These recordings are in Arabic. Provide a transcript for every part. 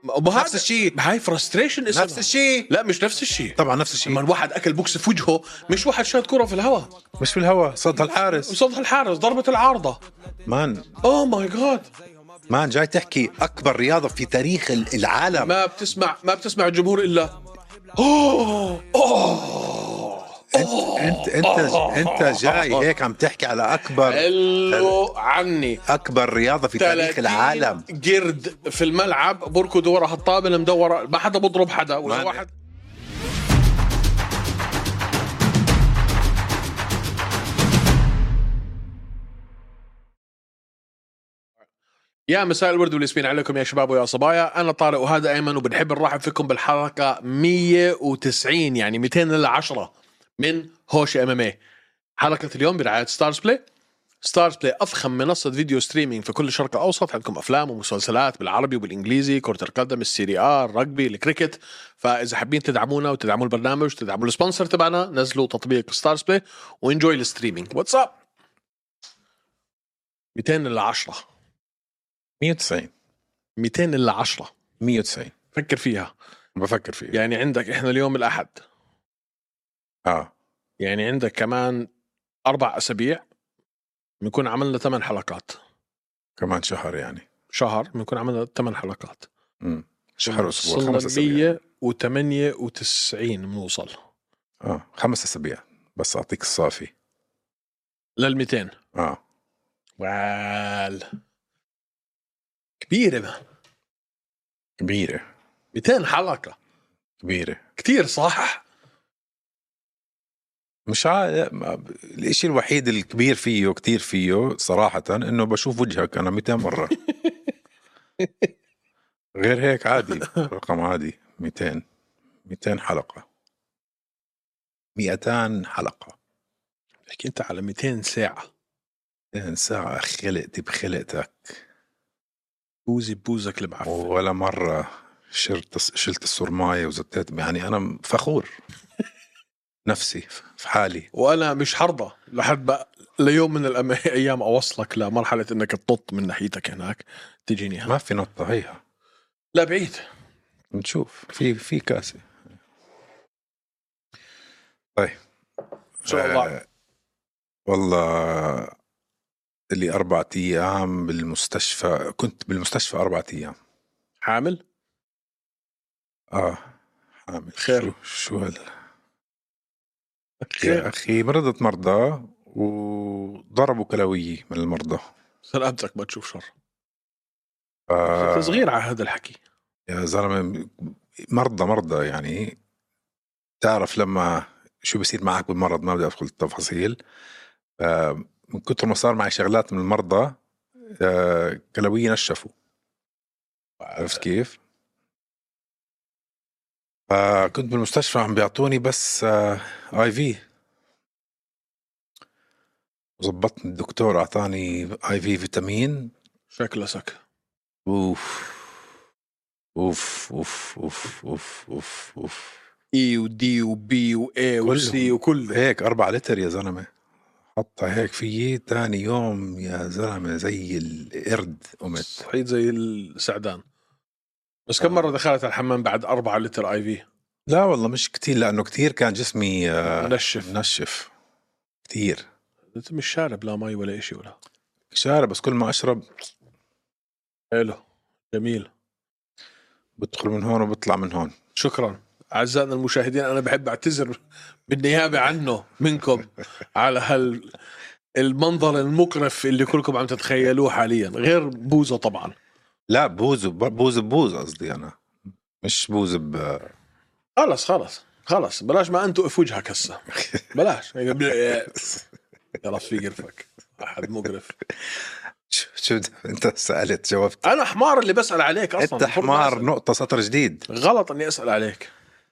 نفس الشيء، هاي فرستريشن اسمها. نفس الشيء. لا مش نفس الشيء طبعا نفس الشيء. لما الواحد اكل بوكس في وجهه، مش واحد شاد كرة في الهواء، مش في الهواء، صدها الحارس، صدها الحارس، ضربة العارضة. مان اوه ماي جاد. مان جاي تحكي اكبر رياضه في تاريخ العالم. ما بتسمع الجمهور الا اوه انت جاي هيك عم تحكي على اكبر عني اكبر رياضه في تاريخ العالم. قرد في الملعب بركض ورا هالطابه المدوره، ما حدا بضرب حدا ولا واحد. يا مساء الورد والياسمين عليكم يا شباب ويا صبايا. أنا طارق وهذا أيمن، وبنحب نرحب فيكم بالحلقة 190 يعني 210 من هوش MMA. حلقة اليوم برعاية ستارز بلاي. ستارز بلاي أفخم منصة فيديو ستريمينج في كل الشرق الأوسط. عندكم أفلام ومسلسلات بالعربي وبالإنجليزي، كرة القدم، السيري آر، الرجبي، الكريكت. فإذا حابين تدعمونا وتدعموا البرنامج وتدعموا السبونسر تبعنا، نزلوا تطبيق ستارز بلاي وانجوي الستريمينج. واتساب 210 190 210 190. فكر فيها. بفكر فيه. يعني عندك إحنا اليوم الأحد، يعني عندك كمان 4 أسابيع بنكون عملنا 8 حلقات. كمان شهر، يعني شهر بنكون عملنا 8 حلقات. شهر أسبوع، 5 أسابيع 198 بنوصل. 5 أسابيع بس أعطيك الصافي لل200. وال كبيرة ما كبيرة. 200 حلقة كبيرة كتير صح. مش الاشي الوحيد الكبير فيه كتير فيه صراحة انه بشوف وجهك انا 200 مرة. غير هيك عادي، رقم عادي. 200 حلقة، 200 حلقة. لكن انت على 200 ساعة. 200 ساعة خلقت بخلقتك، بوزي بوزك المعفن. ولا مرة شلت السرماية وزتيت. يعني انا فخور نفسي في حالي، وانا مش حرضى لحد بقى ليوم من الايام اوصلك لمرحله انك تنط من ناحيتك هناك تجيني. ما في نطة هيها، لا بعيد نشوف في كاسة. طيب ان شاء الله. والله اللي 4 أيام بالمستشفى، كنت بالمستشفى 4 أيام. حامل؟ حامل. خير. شو يا أخي مرضت مرضى وضربوا كلوية من المرضى. سلامتك، ما تشوف شر. صغير على هذا الحكي يا زلمة. مرضى يعني تعرف لما شو بيصير معك بالمرض، ما بدي أدخل التفاصيل. من كتر ما صار معي شغلات من المرضى، كلوية نشفوا. عرفت كيف؟ كنت بالمستشفى عم بيعطوني بس اي في. وظبطني الدكتور اعطاني اي في فيتامين. شكله سك. اوف اوف اوف اوف اوف اوف اوف. اي ودي وبي واي وسي وكل هيك 4 لتر يا زلمة. حطها هيك فيي تاني يوم يا زلمة زي القرد قمت. صحيت زي السعدان. بس كم مرة دخلت الحمام بعد 4 لتر اي في؟ لا والله مش كتير، لأنه كتير كان جسمي نشف كتير. انت مش شارب لا مي ولا اشي ولا شارب، بس كل ما أشرب حلو جميل بدخل من هون وبطلع من هون. شكرا أعزائنا المشاهدين. أنا بحب أعتذر بالنيابة عنه منكم على المنظر المقرف اللي كلكم عم تتخيلوه حاليا، غير بوزة طبعا. لا بوز قصدي أنا، مش بوز خلص بلاش ما أنتوا في وجهك هسه. بلاش يلا في قرفك أحد مقرف. شو أنت سألت جاوبت. أنا حمار اللي بسأل عليك أصلا. أنت حمار نقطة سطر جديد. غلط أني أسأل عليك.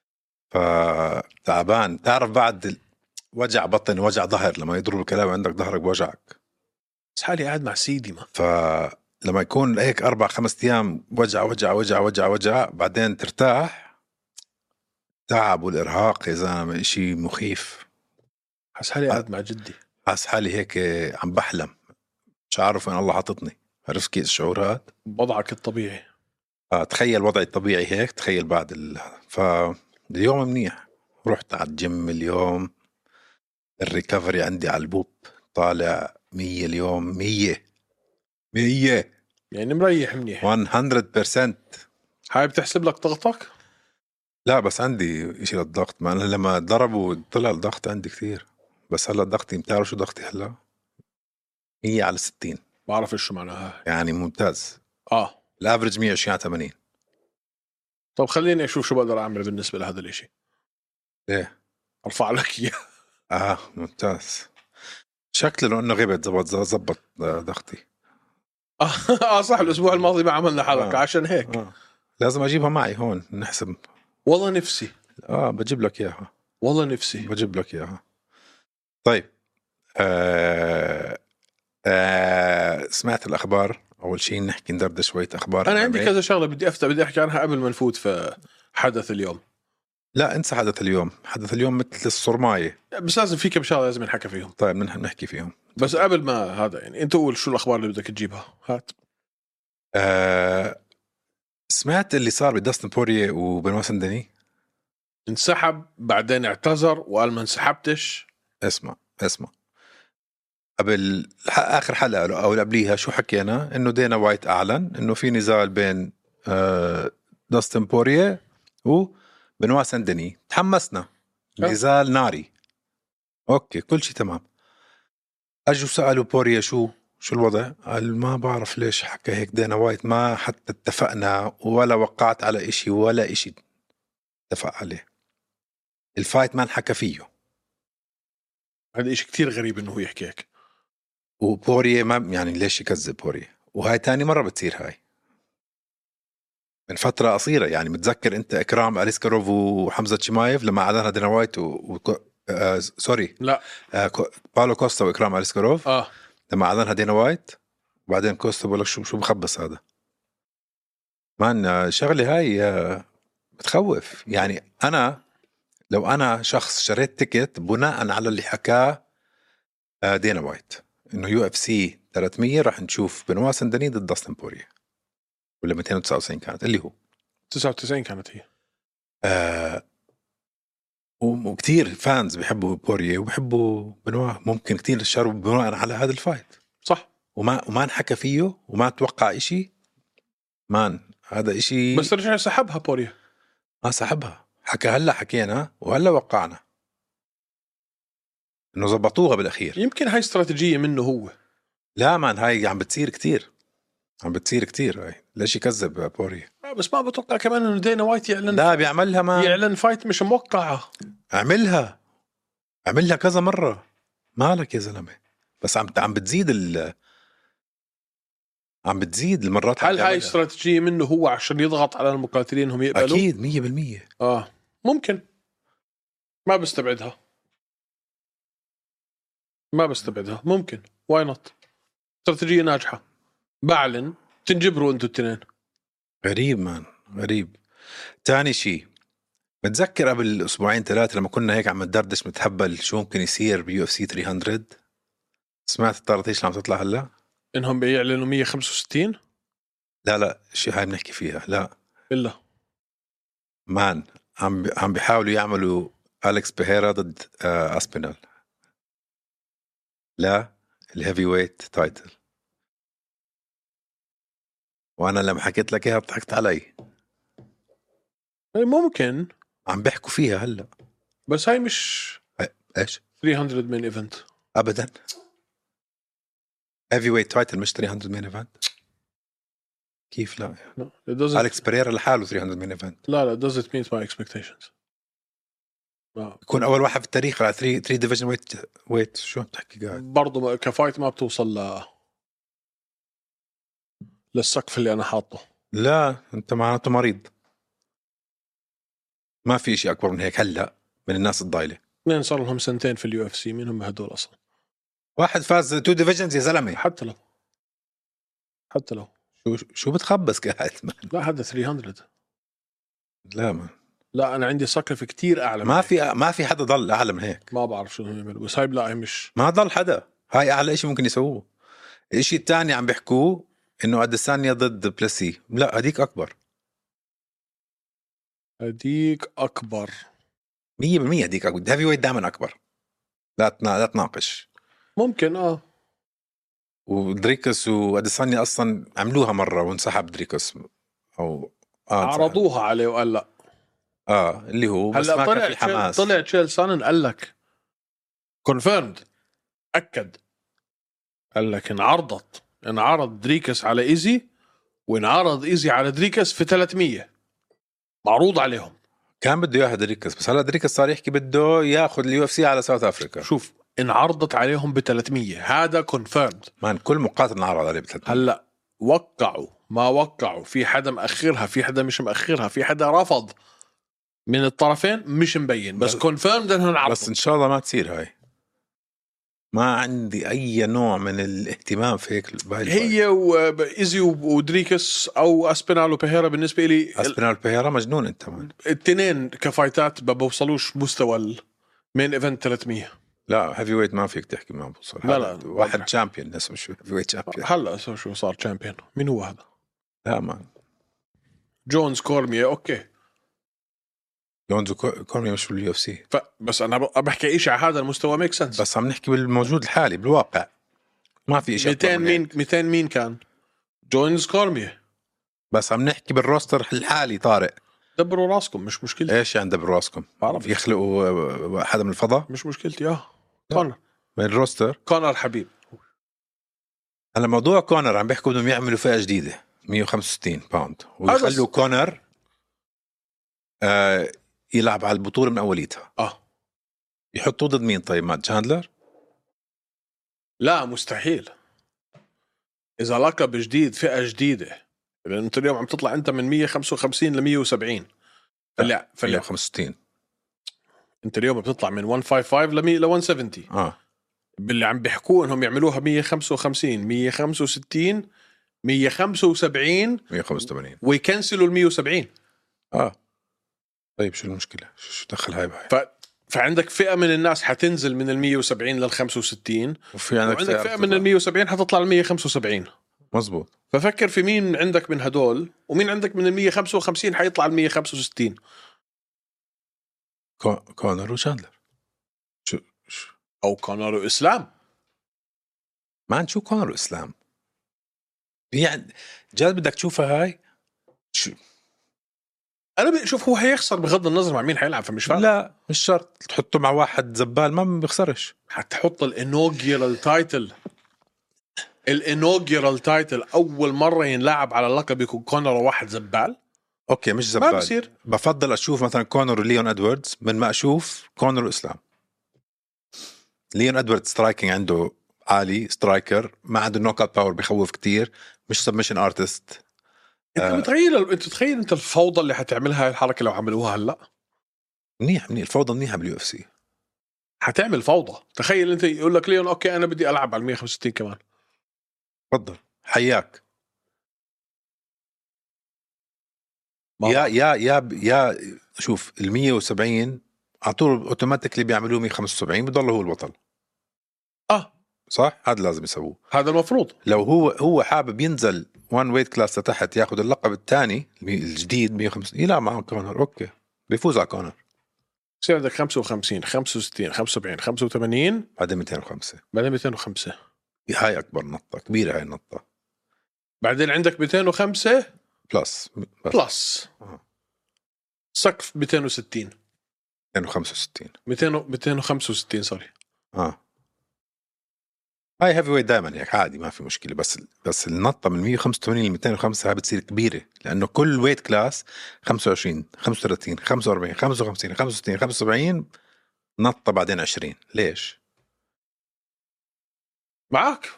فتعبان. تعرف بعد وجع بطن وجع ظهر لما يضرب الكلام عندك ظهرك بوجعك. بس حالي قاعد مع سيدي ما. فلما يكون هيك 4-5 أيام وجع وجع وجع وجع وجع، بعدين ترتاح. تعب والإرهاق يا زلمة إشي مخيف. حس حالي قاعد مع جدي. حس حالي هيك عم بحلم، مش عارف وين الله حاططني. عرفت كيف الشعور هاد؟ بضعك الطبيعي. تخيل وضعي الطبيعي هيك، تخيل بعد فاليوم منيح، رحت على الجيم اليوم، الريكفري عندي على البوب طالع 100 اليوم، 100 يعني مريح منيح. 100%. هاي بتحسب لك ضغطك؟ لا بس عندي إشي للضغط، ما أنا لما ضربوا طلع الضغط عندي كثير، بس هلا ضغطي، بتعرف شو ضغطي هلا؟ 100/60. بعرف شو معناها. يعني ممتاز. اه الافرج 120/80. طب خليني اشوف شو بقدر اعمل بالنسبه لهذا الاشي. ليه؟ ارفع لك اياه. ممتاز. شكله لو انه غبت زبط ضغطي. صح، الاسبوع الماضي ما عملنا حلقه عشان هيك. لازم اجيبها معي هون نحسب. والله نفسي. بجيب لك اياها. والله نفسي. بجيب لك اياها. طيب. سمعت الاخبار. اول شيء نحكي ندردش شويه اخبار. انا عندي كذا شغله بدي احكي عنها قبل ما نفوت في حدث اليوم. لا انسى حدث اليوم. حدث اليوم مثل الصرمايه، بس لازم في كم شغله لازم نحكي فيهم. طيب نحكي فيهم. بس قبل ما هذا، يعني انت قول شو الاخبار اللي بدك تجيبها. هات. سمعت اللي صار بداستن بوريه وبنوا سندني. انسحب بعدين اعتذر وقال ما انسحبتش. اسمع قبل اخر حلقه او قبليها شو حكينا؟ انه دينا وايت اعلن انه في نزال بين داستن بوريه وبنوا سندني. تحمسنا، نزال ناري، اوكي كل شيء تمام. اجوا سالوا بوريه شو الوضع، قال ما بعرف ليش حكى هيك دينا وايت، ما حتى اتفقنا ولا وقعت على اشي ولا اشي اتفق عليه. الفايت ما انحكى فيه. هذا إشي كتير غريب انه هو يحكي هيك. وبوريه ما يعني ليش يكذب بوريه؟ وهاي تاني مرة بتصير هاي من فترة قصيرة. يعني متذكر انت اكرام اليسكاروف وحمزة شمايف لما اعلنها دينا وايت سوري لا باولو كوستا واكرام اليسكاروف اه لما اعلنها دينا وايت، وبعدين كوستا بقول لك شو بخبص هذا. مان شغلة هاي بتخوف. يعني انا لو انا شخص شريت تيكت بناء على اللي حكاه دينا وايت انه UFC 300 راح نشوف بنوا سندني ضد داستن بوريه، ولا 299 كانت اللي هو 99 كانت هي. وكتير فانز بيحبوا بوريه وبيحبوا بنوا، ممكن كتير اشتروا بناء على هذا الفايت. صح. وما انحكى فيه وما توقع اشي. مان هذا اشي. بس رجع سحبها بوريا. ما سحبها، حكى هلا حكينا وهلا وقعنا انه زبطوها بالاخير. يمكن هاي استراتيجيه منه هو. لا مان هاي عم بتصير كتير هاي. ليش يكذب بوريه؟ بس ما بتوقع كمان انه دينا وايت يعلن. لا بيعملها، ما يعلن فايت مش موقعه. عملها كذا مرة. مالك يا زلمة؟ بس عم بتزيد المرات. هل هاي استراتيجية منه هو عشان يضغط على المقاتلين هم يقبلوا؟ أكيد 100%. ممكن. ما بستبعدها ممكن. واي نوت. استراتيجية ناجحة. بعلن تنجبروا انتوا التنين. غريب مان، غريب. تاني شيء، متذكر قبل أسبوعين 3 لما كنا هيك عم ندردش متهبل شو ممكن يصير UFC 300؟ سمعت الطرطيش اللي عم تطلع هلا؟ إنهم بيعلنوا 165؟ لا شيء هاي بنحكي فيها. لا إلا مان عم بيحاولوا يعملوا أليكس بيهيرا ضد أسبينال. لا الهيفي ويت تايتل. وأنا لما حكيت لك إياها ضحكت علي. ممكن. عم بيحكوا فيها هلا. بس هاي مش ايش 300 من ايفنت ابدا. هيفي ويت تايتل مش 300 مين ايفنت. كيف لا؟ أليكس بيريرا لحاله 300 مين ايفنت. لا doesn't meet my expectations. يكون اول واحد في التاريخ على 3 ديفيجن ويت. شو بتحكي قاعد؟ برضه كفايت ما بتوصل للسقف اللي انا حاطه. لا انت معناته مريض. ما في شيء اكبر من هيك هلا من الناس الضايله. اثنين صار لهم سنتين في اليو اف سي، مين هم هدول اصلا؟ واحد فاز 2 ديفيجنز يا زلمه. حتى لو شو بتخبص قاعد؟ لا هذا 300. لا ما لا انا عندي سقف كتير اعلى. ما في حدا ضل اعلى من هيك. ما بعرف شو يعملوا، بس هاي لا مش ما ضل حدا. هاي اعلى شيء ممكن يسووه. الشيء الثاني عم بيحكوه انه اديسانيا ضد بلاسي. لا هديك اكبر. هديك اكبر 100% هديك اكبر. هيفي ويت دائما اكبر، لا تناقش. ممكن ودريكس واديسانيا اصلا عملوها مره وانسحب دريكس او عرضوها عليه وقال لا. اللي هو بس هلا ما كان في حماس. طلع تشيل سانن قال لك كونفيرمد، اكد، قال لك انعرض دريكس على ايزي، وانعرض ايزي على دريكس في 300 معروض عليهم. كان بده اياها دريكس، بس هلا دريكس صار يحكي بده ياخذ اليو اف سي على ساوث افريكا. شوف انعرضت عليهم ب 300، هذا كونفيرمد. مان كل مقاتل انعرض عليه ب300. هلا وقعوا ما وقعوا، في حدا مأخرها، في حدا مش مأخرها، في حدا رفض من الطرفين، مش مبين، بس كونفيرمد انها انعرضت. بس ان شاء الله ما تصير هاي. ما عندي اي نوع من الاهتمام في هيك هي وايزي ودريكس او اسبينال وبيهيرا بالنسبه لي اسبينال بيهيرا مجنون انت مان. التنين كفايتات ما بوصلوش مستوى المين ايفنت 300. لا هيفي ويت ما فيك تحكي ما بوصل. لا واحد تشامبيون اسمه شو هيفي ويت تشامبيون. هلا شو صار تشامبيون؟ مين هو هذا؟ لا مان جونز كورميه اوكي. جونز كورمي مش باليو اف سي. بس انا بحكي شيء على هذا المستوى ميك سنس. بس عم نحكي بالموجود الحالي بالواقع، ما في شيء. 200 مين كان؟ جونز كورميه. بس عم نحكي بالروستر الحالي. طارق دبروا راسكم، مش مشكلتي. ايش يعني دبروا راسكم؟ بعرف يخلقوا حدا من الفضاء، مش مشكلتي. كونر من الروستر. كونر حبيب. هلا موضوع كونر عم بيحكوا بدهم يعملوا فئة جديدة 165 باوند ويخلوا كونر يلعب على البطولة من أوليتها. يحطوا ضد مين طيب؟ مات جاندلر؟ لا مستحيل. إذا لقب جديد فئة جديدة، لأن أنت اليوم عم تطلع أنت من 155 ل 170. 165. أنت اليوم بتطلع من 155 ل 170. باللي عم بيحكوا إنهم يعملوها 155 165 175 185 ويكنسلوا ال 170. طيب شو المشكلة؟ شو دخل هاي بهاي؟ فعندك فئة من الناس حتنزل من ال 170 لل 65، وعندك فئة من ال 170 حتطلع ل 175. مزبوط. ففكر في مين عندك من هدول، ومين عندك من ال 155 حيطلع ال 165. كونر وشاندلر شو او كونر واسلام. ما نشوف كونر واسلام يعني جد بدك تشوفها هاي. شو انا بشوف هو هيخسر بغض النظر مع مين حيلعب، فمش فارق. لا مش شرط تحطه مع واحد زبال ما بيخسرش. حتحط الانوجيرال تايتل اول مره ينلعب على اللقب يكون كونر وواحد زبال. اوكي مش زبال، ما بصير. بفضل اشوف مثلا كونر وليون ادواردز من ما اشوف كونر واسلام. ليون ادواردز سترايكينج عنده عالي، سترايكر، ما عنده نوك اوت باور، بخوف كتير، مش سبمشن ارتست. انت تخيل انت الفوضى اللي حتعملها هاي الحركه لو عملوها هلا. منيح الفوضى منيحه باليو اف سي. حتعمل فوضى. تخيل انت يقول لك ليون اوكي انا بدي العب على 165 كمان. تفضل حياك. يا شوف ال 170 على طول اوتوماتيكلي بيعملوه 175 بضل هو البطل. صح، هذا لازم يسووه، هذا المفروض. لو هو حابب ينزل 1 ويت كلاس تحت ياخذ اللقب الثاني الجديد 150 يلعب مع كونر، اوكي بيفوز على كونر. يصير عندك 55 65 75 85 بعدين 205 بعدين 205. هاي اكبر نطه كبيره، هاي النطه. بعدين عندك 205 بلس سقف 260 265 سوري. هاي هيفي ويت دائما هيك عادي ما في مشكله، بس النطه من 185 ل 205 هاي بتصير كبيره، لانه كل ويت كلاس 25 35 45 55 65 75 نطه بعدين 20. ليش؟ معك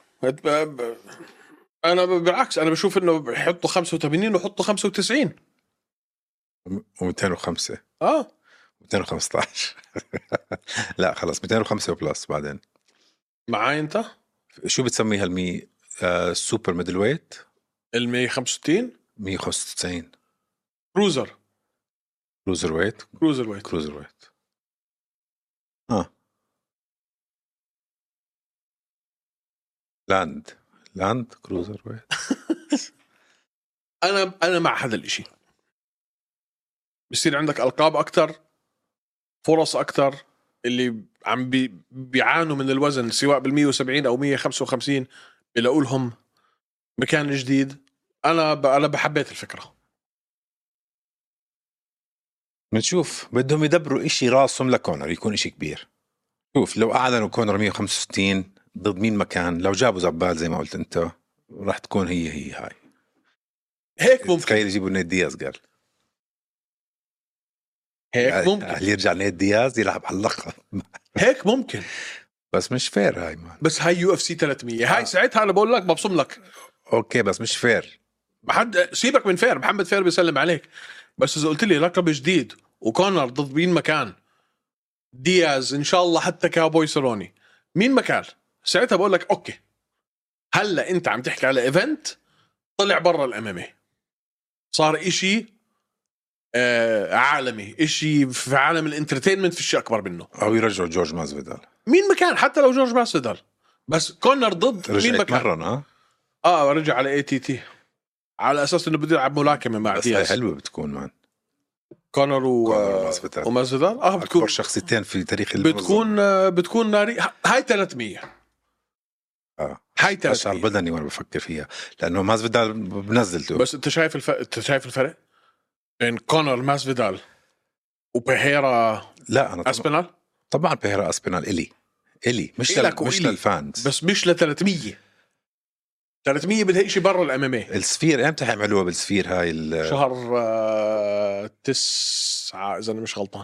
انا بالعكس، انا بشوف انه بحطوا 85 وحطوا 95 و205 215 لا خلص 205 بلس. بعدين معاي انت شو بتسميها المي سوبر ميدل ويت؟ ال 165 195 كروزر ويت لاند كروزر ويت. انا مع هذا الاشي. بصير عندك ألقاب أكتر، فرص أكتر. اللي عم بيعانوا من الوزن سواء بال170 أو 155 بيلاقوا لهم مكان جديد. أنا بحبيت الفكرة. بنشوف بدهم يدبروا إشي راسهم لكونر يكون إشي كبير. شوف لو أعلنوا كونر 165 ضد مين مكان، لو جابوا زبال زي ما قلت أنت راح تكون هي هاي. هيك ممكن. تخيل يجيبوا نيت دياز، قال هيك ممكن. هل يرجع نيت دياز يلعب على اللقب؟ هيك ممكن. بس مش فير هاي مان. بس هاي UFC 300 هاي ساعتها أنا بقول لك ببصم لك. أوكي بس مش فير. سيبك من فير، محمد فير بيسلم عليك. بس إذا قلت لي لقب جديد وكونر ضد مين مكان، دياز إن شاء الله حتى كابوي سيروني مين مكان، ساعتها بقول لك أوكي. هلا أنت عم تحكي على إيفنت طلع برا الأمامي، صار إشي عالمي، إشي في عالم الانترتينمنت، في شيء أكبر منه. أو يرجعوا جورج ماسفيدال مين مكان، حتى لو جورج ماسفيدال، بس كونر ضد مين مكان. مرن رجع على ATT على أساس إنه بده يلعب ملاكمة مع بس دياز. حلوة بتكون مان. كونر وماسفيدال أكبر شخصيتين في تاريخ بتكون ناري. هاي 300 هاي 300 أشعر بدني وأنا بفكر فيها، لأنه ماسفيدال بنزلته. بس أنت شايف الفرق بين كونر ماسفيدال وبيهيرا. لا أنا أسبينال طبعا بيهيرا أسبينال إلي مش للفانز، بس مش ل 300 بدها إشي برا الأمامي. السفير إمتى حيعملوها بالسفير هاي شهر 9 إذا أنا مش غلطان.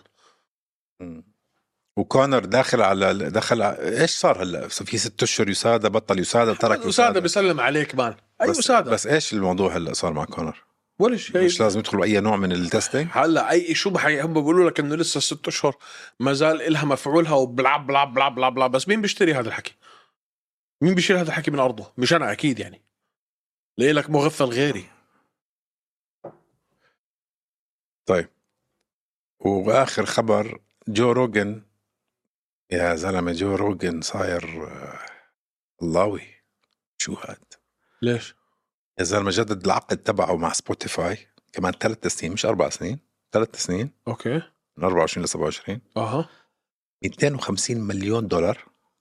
وكونر دخل إيش صار هلا في 6 أشهر يسادا بطل يسادا ترك يسادا بيسلم عليك مان. أي يسادا بس إيش الموضوع هلا صار مع كونر؟ ولا شيء، مش لازم يدخلوا أي نوع من التستينج هلا أي شو هم بيقولوا لك إنه لسه 6 أشهر ما زال إلها مفعولها وبلعب بلا بلا بلا بلا. بس مين بيشتري هذا الحكي؟ مين بيشيل هذا الحكي من أرضه؟ مش أنا أكيد يعني، ليلك مغفل غيري. طيب وآخر خبر جو روجن. يا زلمة جو روجن صاير اللهوي. شو هاد؟ ليش؟ يا زلمة جدد العقد تبعه مع سبوتيفاي كمان 3 سنين، مش 4 سنين، 3 سنين. أوكي. من 24 ل 27. 250 مليون دولار.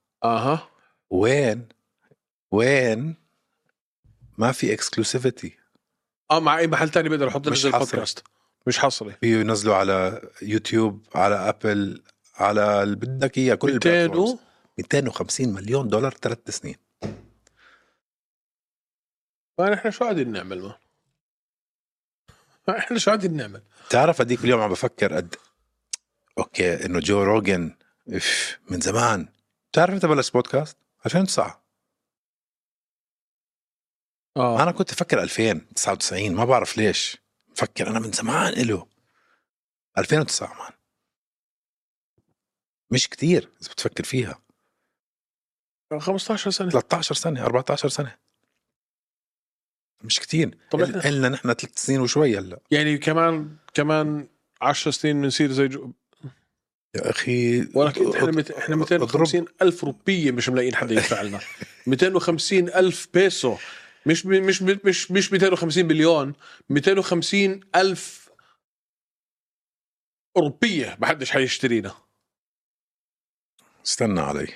وين ما في اكسكلوسيفيتي. مع اي محل تاني بيقدر يحط نزل بودكاست، مش حصري. فيه ينزلوا على يوتيوب، على ابل، على اللي بدك اياه، كل البلاتفورمز. 250 مليون دولار 3 سنين. فنحن شو قاعدين نعمل احنا شو قاعدين نعمل؟ تعرف هديك اليوم عم بفكر اوكي انه جو روجن من زمان. تعرف انت بلش بودكاست 2009. انا كنت افكر 2099، ما بعرف ليش فكر انا من زمان له 2009 مان. مش كتير اذا بتفكر فيها. 15 سنة 13 سنة 14 سنة مش كتير. طب إلنا نحن 3 سنين وشوي هلا يعني كمان 10 سنين بنصير زي يا أخي. ولكن احنا 250 ألف روبية مش ملاقيين حدا يدفع لنا. 250 ألف بيسو، مش 250 مليون، 250 ألف روبية. ما حدش حيشترينا. استنى علي.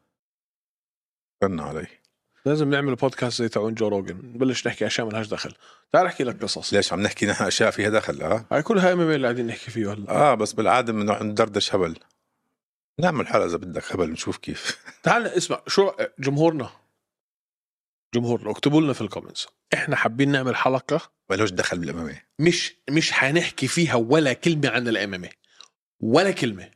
لازم نعمل بودكاست زي تاعون جو روجن، نبلش نحكي أشياء ملهاش دخل. تعال أحكي لك قصص. ليش عم نحكي نحن أشياء فيها دخل؟ هاي كلها MMA اللي قاعدين نحكي فيه هلا. بس بالعادة ندردش هبل. نعمل حلقة إذا بدك هبل نشوف كيف. تعال اسمع شو جمهورنا اكتبوا لنا في الكومنتس. احنا حابين نعمل حلقة ولوش دخل بالأمامي، مش حنحكي فيها ولا كلمة عن الأمامي، ولا كلمة.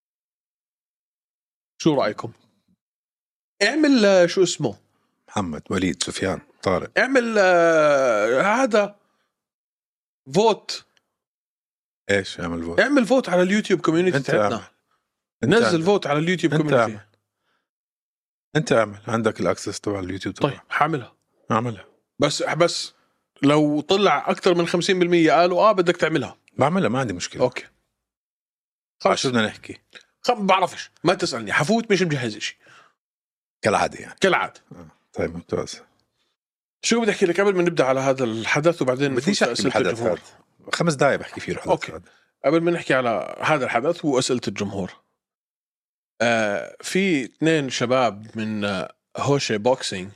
شو رأيكم؟ اعمل شو اسمه محمد، وليد، سفيان، طارق، اعمل هذا فوت. ايش اعمل فوت على اليوتيوب كوميونيتي تاعنا. نزل فوت على اليوتيوب كوميونيتي. انت اعمل، عندك الاكسس تبع اليوتيوب. طيب حاعملها. اعملها. بس لو طلع اكثر من 50% قالوا بدك تعملها، بعملها، ما عندي مشكلة. اوكي خلاص شو بدنا نحكي؟ بعرفش، ما تسألني، حفوت مش مجهز شيء كالعادة يعني. كالعادة. طيب ممتاز. شو بدي احكي لك قبل ما نبدا على هذا الحدث، وبعدين بديش احكي بالحدث هذا 5 دقايق بحكي فيه الحدث. اوكي هذا. قبل ما نحكي على هذا الحدث وأسئلة الجمهور، في 2 شباب من هوشي بوكسينج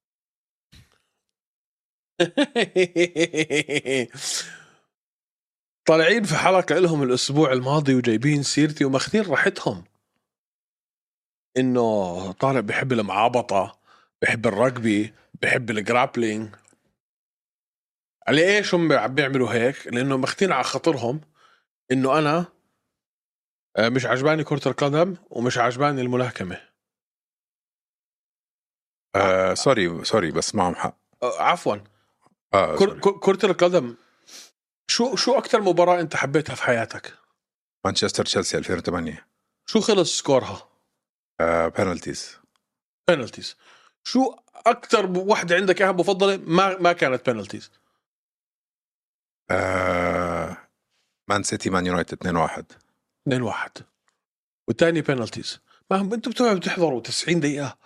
طالعين في حلقة لهم الأسبوع الماضي وجايبين سيرتي وماخذين راحتهم إنه طارق بيحب المعابطة، بيحب الرجبي، بيحب الجرابلينج. على إيش هم بيعملوا هيك؟ لأنه ماخذين على خاطرهم إنه أنا مش عجباني كرة القدم ومش عجباني الملاكمة. سوري بس معهم حق. عفوا. كرة القدم شو أكتر مباراة أنت حبيتها في حياتك؟ مانشستر تشيلسي 2008. شو خلص سكورها؟ بينالتيز. شو أكتر واحدة عندك إياها مفضلة ما كانت بينالتيز؟ مان سيتي مان يونايتد 2-1 والتاني بينالتيز. ما هم أنتوا بتحضروا 90 دقيقة.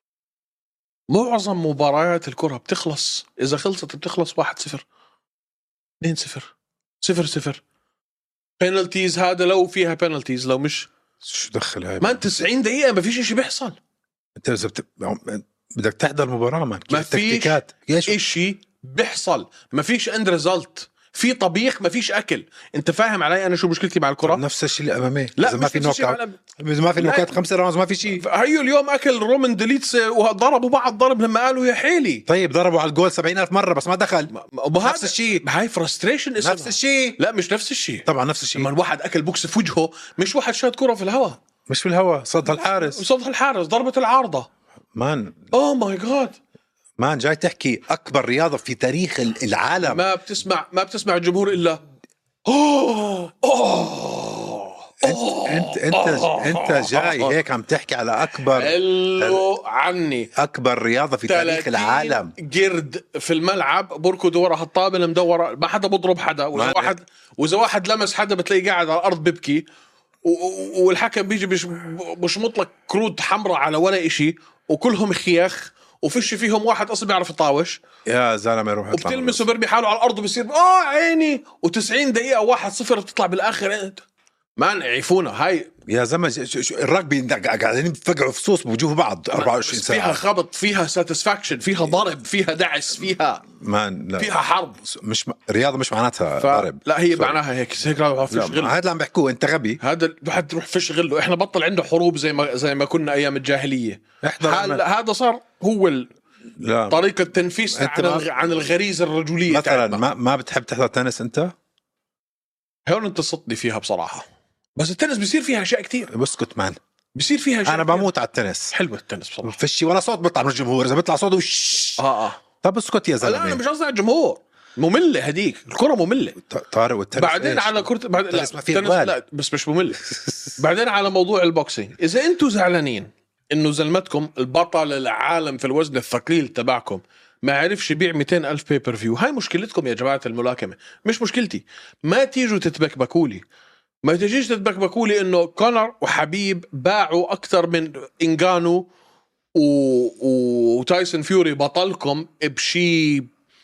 معظم مباريات الكرة بتخلص، إذا خلصت بتخلص 1-0 2-0 0-0. بينالتيز هذا لو فيها بينالتيز، لو مش شو دخل هاي؟ ما 90 دقيقة ما فيش إشي بيحصل. انت اذا بدك تحضر مباراة ما فيش إشي بيحصل، ما فيش اند ريزلت، في طبيخ ما فيش أكل. أنت فاهم علي أنا شو مشكلتي مع الكرة؟ نفس الشيء اللي أمامي. لا إذا ما في نوكاوت، إذا ما في نوكاوت 5 راوندز ما في شيء. هيو اليوم أكل رومان ديليتس وضربوا بعض ضرب لما قالوا يا حيلي. طيب ضربوا على الجول 70,000 مرة بس ما دخل. نفس الشيء. هاي فرستريشن نفس الشيء. لا مش نفس الشيء طبعا نفس الشيء. لما الواحد أكل بوكس في وجهه، مش واحد شاد كرة في الهواء. مش في الهواء، صدها الحارس ضربة العارضة. مان أوه ماي جاد مان، جاي تحكي أكبر رياضة في تاريخ العالم. ما بتسمع الجمهور إلا انت جاي هيك عم تحكي على اكبر عني اكبر رياضة في تاريخ العالم. قرد في الملعب بركض ورا هالطابة المدورة، ما حدا بضرب حدا، وإذا واحد لمس حدا بتلاقيه قاعد على الأرض ببكي، والحكم بيجي مش مطلق كروت حمراء على ولا إشي، وكلهم خياخ وفيش فيهم واحد أصلا بيعرف يطاوش يا زلمة. يروح وبتلمسه برمي حاله على الأرض بيصير عيني، و90 دقيقة 1-0 بتطلع بالآخر. ما نعيفونا هاي يا زلمة. الرجبي قاعدين يفقعوا فصوص بوجوه بعض 24 ساعة. فيها خبط، فيها ساتسفاكشن، فيها ضرب، فيها دعس، فيها فيها حرب. مش رياضة، مش معناتها ضرب. لا هي معناها هيك فيش غل. هذا اللي عم بحكوه، انت غبي. هذا الواحد تروح فيش غله. احنا بطل عنده حروب زي ما كنا ايام الجاهلية. هذا صار هو طريقة تنفيس عن الغريزة الرجولية. مثلا ما بتحب تحضر تنس انت؟ هون انت صدني فيها بصراحة، بس التنس بيصير فيها اشياء كتير. بسكت مان، بيصير فيها اشياء انا بموت على التنس. حلو التنس بصراحة، فيش ولا صوت بيطلع من الجمهور. اذا بيطلع صوت طب اسكت يا زلمة. لا انا مش قصدي على الجمهور، مملة هديك الكرة مملة. طارق والتنس بعدين على كرة التنس ما فيه لا بس مش مملة. بعدين على موضوع البوكسينج، اذا انتوا زعلانين انه زلمتكم البطل العالم في الوزن الثقيل تبعكم ما عرفش يبيع 200,000 بيبر فيو، هاي مشكلتكم يا جماعة الملاكمة، مش مشكلتي. ما تيجوا تتبكبكولي، ما تجيش تتبكبكولي انه كونر وحبيب باعوا اكثر من انغانو وتايسون فيوري بطلكم بشي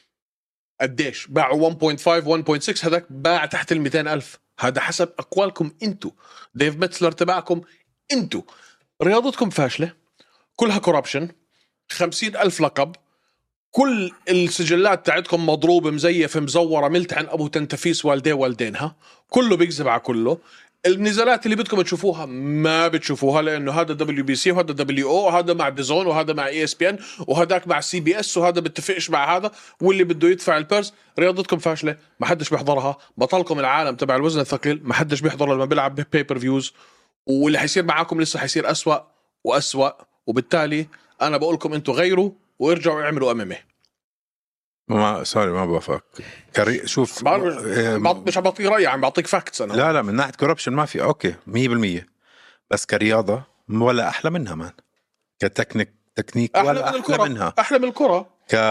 قديش باعوا 1.5 1.6، هذاك باع تحت 200,000. هذا حسب اقوالكم انتو. ديف ميتسلر تبعكم انتو رياضتكم فاشلة، كلها كوربشن، 50,000 لقب، كل السجلات تاعتكم مضروبة مزيف مزورة ملتحن أبو تنتفيس والدينها، كله بيكذب على كله. النزالات اللي بدكم تشوفوها ما بتشوفوها، لأنه هذا WBC وهذا WO وهذا مع ديزون وهذا مع ESPN وهذاك مع CBS وهذا بتفقش مع هذا، واللي بده يدفع البيرس. رياضتكم فاشلة، ما حدش بيحضرها. بطلكم العالم تبع الوزن الثقيل ما حدش بيحضر لما بيلعب بيبر فيوز، واللي حيصير معاكم لسه حيصير أسوأ وأسوأ. وبالتالي أنا بقولكم أنتوا غيروا وارجعوا اعملوا MMA. ما بوافق. شوف مش عم بعطيك رأيي، عم بعطيك فاكتس أنا. لا من ناحية كوربشن ما في أوكي 100%، بس كرياضة ولا أحلى منها مان. تكنيك ولا أحلى منها. أحلى من الكرة.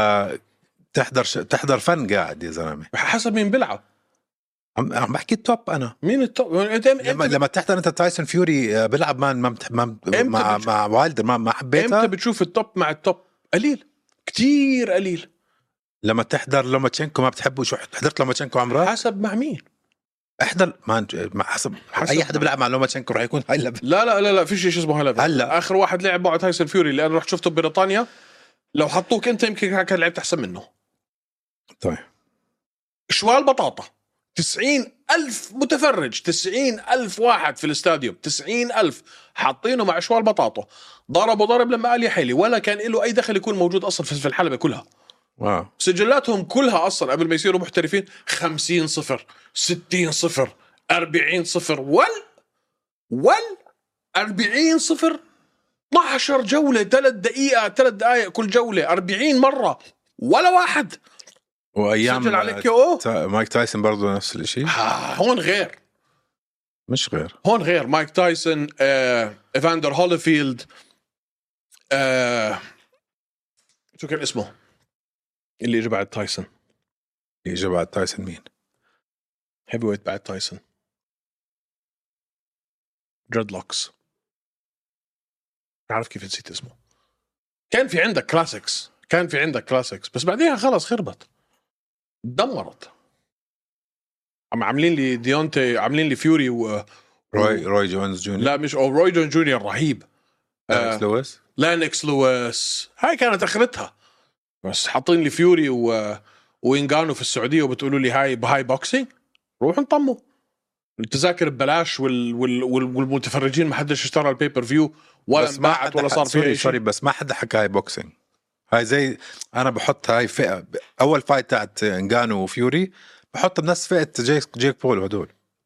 تحضر فن قاعد يا زلمة. حسب مين بيلعب. عم بحكي التوب. أنا مين التوب؟ لما تحضر أنت تايسون فيوري بيلعب مع وايلدر ما حبيتها. أنت بتشوف التوب مع التوب قليل، كتير قليل. لما تحضر لوماتشينكو ما بتحبه. شو حضرت لوماتشينكو عمره؟ حسب مع مين. احضر ما حسب اي حدا بيلعب مع لوماتشينكو رح يكون هاي الليفل. لا في شيء اسمه هاي ليفل. هلا اخر واحد لعب معه تايسون فيوري اللي انا رحت شفته ببريطانيا، لو حطوك انت يمكن كان لعبت احسن منه. طيب شوال بطاطا 90,000 متفرج، 90,000 واحد في الاستاديوم، 90,000 حاطينه مع شوال بطاطا، ضرب لما قال يا حيلي، ولا كان له أي دخل يكون موجود أصلا في الحلبة كلها. واو. سجلاتهم كلها أصلا قبل ما يصيروا محترفين 50-0 60-0 40-0 وال 40-0 12 جولة 3 دقائق كل جولة 40 مرة ولا واحد وايام سجل عليك مايك تايسون برضو نفس الشيء. هون غير، مش غير، هون غير. مايك تايسون، إيفاندر هوليفيلد، شو كان اسمه اللي اجى بعد تايسون؟ يجي بعد تايسون مين؟ هيفي ويت بعد تايسون، دريدلوكس، عارف كيف نسيت اسمه. كان في عندك كلاسيكس بس بعديها خلص خربت دمرت. عاملين لي ديونتي، عاملين لي فيوري روي جونز جونيور. لا مش روي جونز جونيور رهيب. لانكس لويس هاي كانت اخرتها، بس حاطين لي فيوري وينغانو في السعوديه وبتقولوا لي هاي بوكسينج. روحوا انطموا، التذاكر ببلاش والمتفرجين ما حدش اشترى البيبر فيو ولا انباعت ولا صار فيها شيء. بس ما حدا حكى هاي بوكسينج. هاي زي انا بحط هاي فئه اول فايت تاعت انغانو وفيوري بحط بنفس فئه جيك بول وهدول.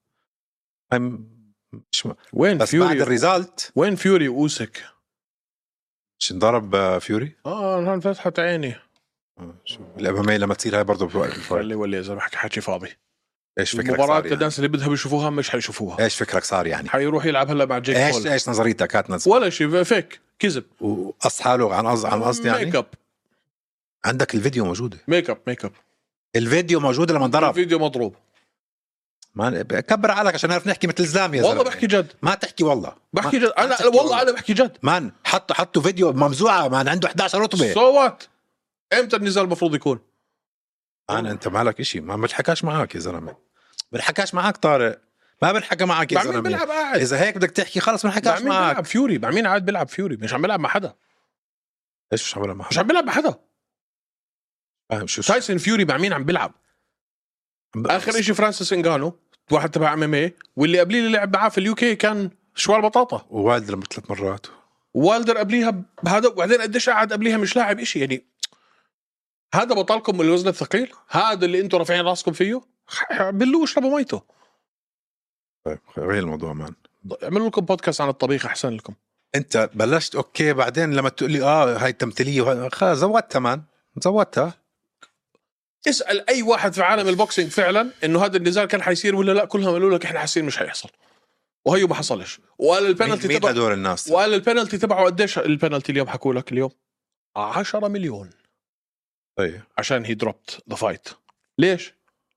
مش وين بس فيوري بعد الريزالت وين فيوري وأوسك؟ مش انضرب فيوري؟ انا فتحت عيني. شو الاماميه لما تصير هاي برضه بوقت الفايت ولا اذا بحكي حكي فاضي. ايش فكرك المباراة صار؟ الناس اللي بدها بيشوفوها مش حيشوفوها. ايش فكرك صار يعني؟ حيروح يلعب هلا مع جيك بول. ايش نظريتك كانت ولا شيء، فيك كذب وقص حاله عن قصد يعني. ميك اب. عندك الفيديو موجوده؟ ميك اب الفيديو موجود لما ضرب. الفيديو مضروب. ما كبر عليك عشان نعرف نحكي مثل زلام يا والله زلمه. بحكي جد. ما تحكي والله. بحكي جد. انا والله انا بحكي جد. مان حطوا فيديو ممزوعه، مان عنده 11 رطبه. صوت امتى النزال المفروض يكون؟ انت مالك اشي، ما بنحكاش معك يا زلمه. بنحكاش معك طارق، ما بنحكى معك يا زلمه. بلعب قاعد. اذا هيك بدك تحكي خلص بنحكاش معك. بلعب فيوري، مع مين قاعد بلعب فيوري؟ مش عم بلعب مع حدا. ايش مش عم بلعب مع حدا؟ مش عم بلعب مع حدا. فاهم شو تايسون فيوري مع مين عم بلعب؟ اخر اشي فرانسيس انغانو واحد تبع MMA، واللي قبليه اللي لعب معاه في اليوكي كان شوال بطاطا. ووالدر 3 مرات. والدر قبليها بهذا، وبعدين قديش قاعد قبليها مش لاعب اشي يعني. هذا بطلكم من الوزن الثقيل، هذا اللي انتم رافعين راسكم فيه، بلوا اشربوا ميته. طيب غير الموضوع مان، اعملوا لكم بودكاست عن الطبيخ احسن لكم. انت بلشت اوكي، بعدين لما تقول لي هاي تمثيليه خلاص زودتها مان، زودتها. اسال اي واحد في عالم البوكسينج فعلا انه هذا النزال كان حيصير ولا لا، كلهم قالوا لك احنا حاسين مش حيحصل، وهي ما حصلش. وقال البنالتي تبع دور الناس، وقال البنالتي تبعه قديش البنالتي اليوم؟ حكوا لك اليوم 10 مليون. طيب عشان هي دروبت ذا فايت. ليش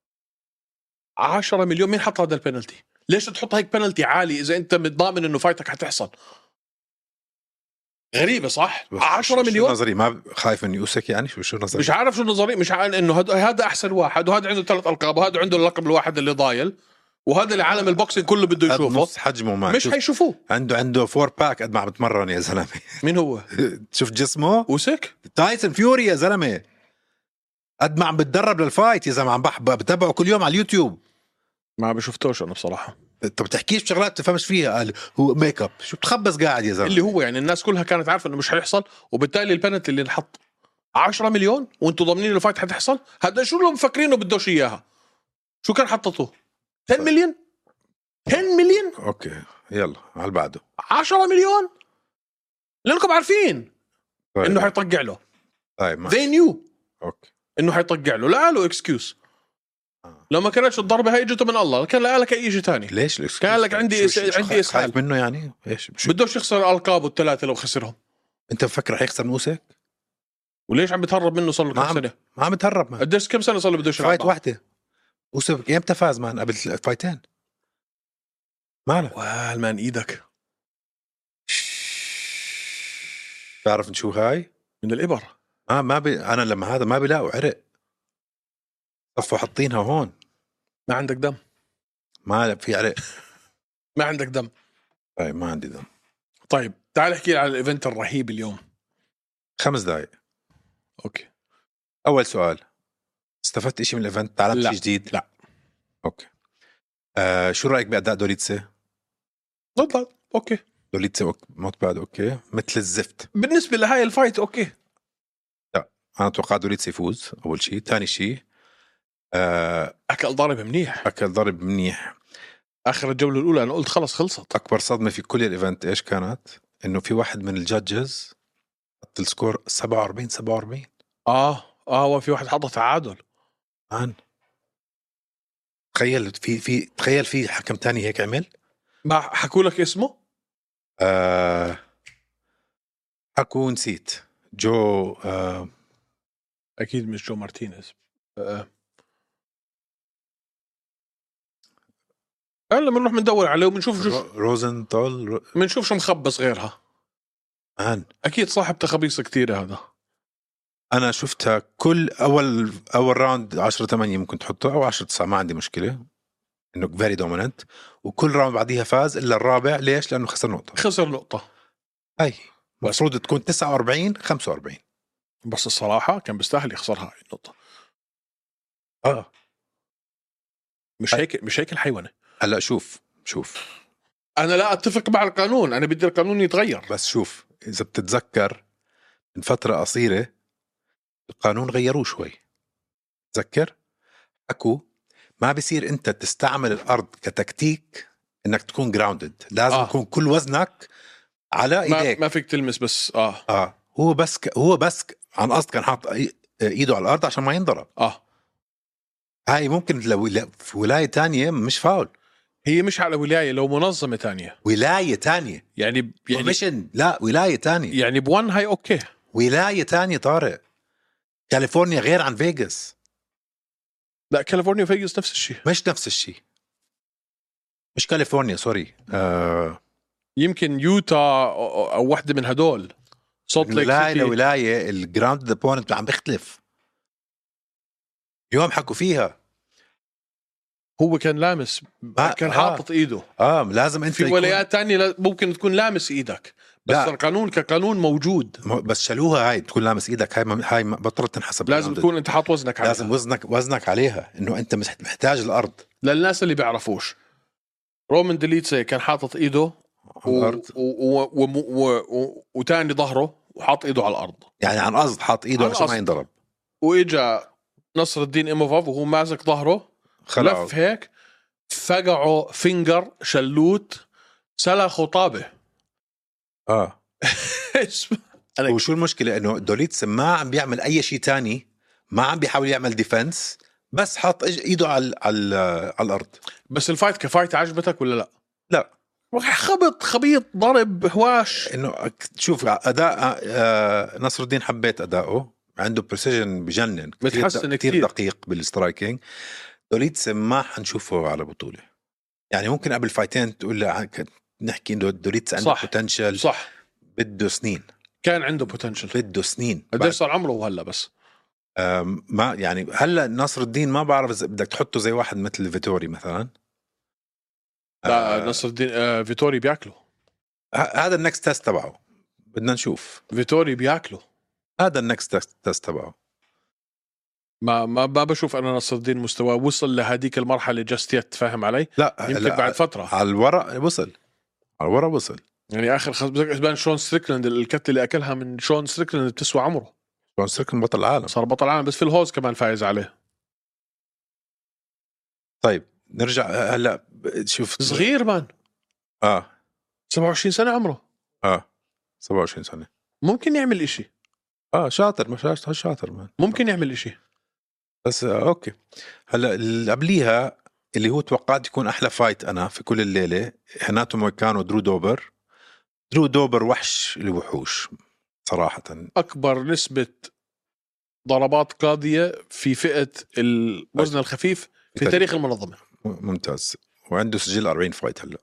10 مليون؟ مين حط هذا البنالتي؟ ليش تحط هيك بنالتي عالي اذا انت متضامن انه فايتك حتحصل؟ غريبة صح؟ 10 مليون. شو نظري؟ ما خايف من يوسك يعني؟ شو نظري؟ مش عارف شو نظري، مش عارف انه هذا احسن واحد، وهذا عنده 3 ألقاب، وهذا عنده اللقب الواحد اللي ضايل، وهذا اللي عالم البوكسينج كله بده يشوفه. نص حجمه ما مش حيشوفوه. عنده 4 باك قد ما عم بتمرن يا زلمه. مين هو؟ شوف جسمه. أوسك؟ تايسون فيوري يا زلمه، قد ما عم بتدرب للفايت يا زلمه. عم بتابعه كل يوم على اليوتيوب. ما بشوفتوش انا بصراحه. انت بتحكيش بشغلات تفهمش فيها. قال هو ميك اب، شو بتخبص قاعد يا زلمه؟ اللي هو يعني الناس كلها كانت عارفه انه مش حيحصل، وبالتالي البنالتي اللي انحط 10 مليون وانتم ضامنين الفايت حتحصل. هذا شو اللي مفكرينه بدوش اياها؟ شو كان حطته 10 مليون 10 مليون. اوكي يلا على بعده 10 مليون لانكم عارفين طيب. انه حيطقع له. طيب they knew اوكي انه حيطقع له، لا له اكسكيوز. لو ما كانتش الضربه هاي اجته من الله، كان لك اي شيء ثاني. ليش كان لك عندي اسهال خايف منه يعني؟ ايش بدوش يخسر القابه ال3 لو خسرهم. انت مفكر رح يخسر موسك؟ وليش عم بتهرب منه؟ صار له كم سنه؟ ما عم بتهرب. ما قديش كم سنه صار له بدوش يلعب؟ فايت واحده. موسك امتى فاز مان؟ قبل فايتين. مالك والمان ايدك تعرف شو هاي من الإبر. انا لما هذا ما بلاقوا عرق صفوا حاطينها هون. ما عندك دم. ما في عرق. ما عندك دم. طيب ما عندي دم. طيب تعال احكي لي على الايفنت الرهيب اليوم. 5 دقائق. اوكي. اول سؤال، استفدت إشي من الايفنت؟ تعلمت لا. شيء جديد؟ لا. اوكي. شو رايك باداء دوليتسي؟ بالضبط. اوكي. دوليتسي موت بعد اوكي مثل الزفت بالنسبه لهاي الفايت اوكي. انا اتوقع دوليتسي يفوز اول شيء. ثاني شيء اكل ضرب منيح. اكل ضرب منيح. اخر الجوله الاولى انا قلت خلص خلصت. اكبر صدمه في كل الايفنت ايش كانت؟ انه في واحد من الجادجز حط السكور 47. هو في واحد حط تعادل. مان تخيل تخيل في حكم تاني هيك عمل. ما حكوا لك اسمه؟ حكوا نسيت. جو اكيد مش جو مارتينيز. هلا بنروح بندور عليه وبنشوف شو روزنتال. بنشوف شو مخبص غيرها. مان اكيد صاحب تخبيص كتير هذا. انا شفتها كل اول راوند 10-8 ممكن تحطه او 10-9 ما عندي مشكله انه فيري دوميننت. وكل راوند بعديها فاز الا الرابع. ليش؟ لانه خسر نقطه. هاي المفروض تكون 49-45. بس الصراحه كان بيستاهل يخسرها هاي النقطه. مش هيك الحيوانه. هلا شوف انا لا اتفق مع القانون. انا بدي القانون يتغير. بس شوف، اذا بتتذكر من فتره قصيره القانون غيروه شوي. تذكر حكوا ما بيصير انت تستعمل الارض كتكتيك انك تكون جراوندد. لازم يكون كل وزنك على ايديك. ما فيك تلمس بس. هو بس عن قصد كان حاط ايده على الارض عشان ما ينضرب. هاي ممكن لو في ولاية تانية مش فاول. هي مش على ولاية، لو منظمة تانية. ولاية تانية يعني ميشن. لا ولاية تانية يعني بوان هاي اوكي. ولاية تانية طارق. كاليفورنيا غير عن فيغاس. لا كاليفورنيا وفيغاس نفس الشيء. مش نفس الشيء. مش كاليفورنيا سوري. يمكن يوتا او واحدة من هدول. صوت ولاية لولاية الجراوند اوبوننت عم بيختلف. يوم حكوا فيها هو كان لامس. كان حاطط ايده. لازم انت في ولايات تانية ممكن تكون لامس ايدك بس لا. القانون كقانون موجود. بس شالوها. هاي تكون لامس ايدك. هاي بطلت تنحسب. لازم تكون انت حاط وزنك عليها. لازم وزنك عليها انه انت محتاج الارض. للناس اللي بيعرفوش رومان ديليتسي كان حاطط ايده على الارض وتاني ظهره وحاط ايده على الارض. يعني عن قصد حاط ايده عشان ما ينضرب. واجا نصر الدين إيموفوف وهو ماسك ظهره لف هيك فقعوا فينجر شلوت سلخ وطابه. وشو المشكلة؟ انه دوليتس ما عم بيعمل اي شيء تاني. ما عم بيحاول يعمل ديفنس بس حط ايده على الارض. بس الفايت كفايت عجبتك ولا لا؟ لا خبيط ضرب هواش. انه شوف اداء نصر الدين حبيت اداؤه. عنده بريسيجن بجنن. كتير دقيق بالسترايكينج. دوليتس ما حنشوفه على بطولة. يعني ممكن قبل فايتين تقول نحكي انه دوليتس عنده بوتنشل. صح. بده سنين. كان عنده بوتنشل. بده سنين. قديش صار عمره وهلا بس ما يعني هلا نصر الدين ما بعرف اذا بدك تحطه زي واحد مثل فيتوري مثلا. لا نصر الدين فيتوري بياكله. هذا النكست تيست تبعه. بدنا نشوف. فيتوري بياكله. هذا النكست تيست تبعه. ما بشوف انا نصر الدين مستواه وصل لهذيك المرحله جاستيت. فاهم علي؟ لا يمكن لا. بعد فتره على الورق وصل. يعني اخر اسبان شون ستريكلاند الكتله اللي اكلها من شون ستريكلاند بتسوى عمره. شون ستريكلاند بطل العالم. صار بطل العالم بس في الهوز كمان فايز عليه. طيب نرجع هلا. شوف صغير مان. 27 سنه عمره. 27 سنه ممكن يعمل إشي. شاطر. مش شاطر مان. ممكن يعمل إشي. بس اوكي. هلا اللي قبليها اللي هو توقعت يكون احلى فايت انا في كل الليله هناتو مويكانو درو دوبر وحش الوحوش صراحه. اكبر نسبه ضربات قاضيه في فئه الوزن الخفيف في تاريخ المنظمه. ممتاز. وعنده سجل 40 فايت هلا.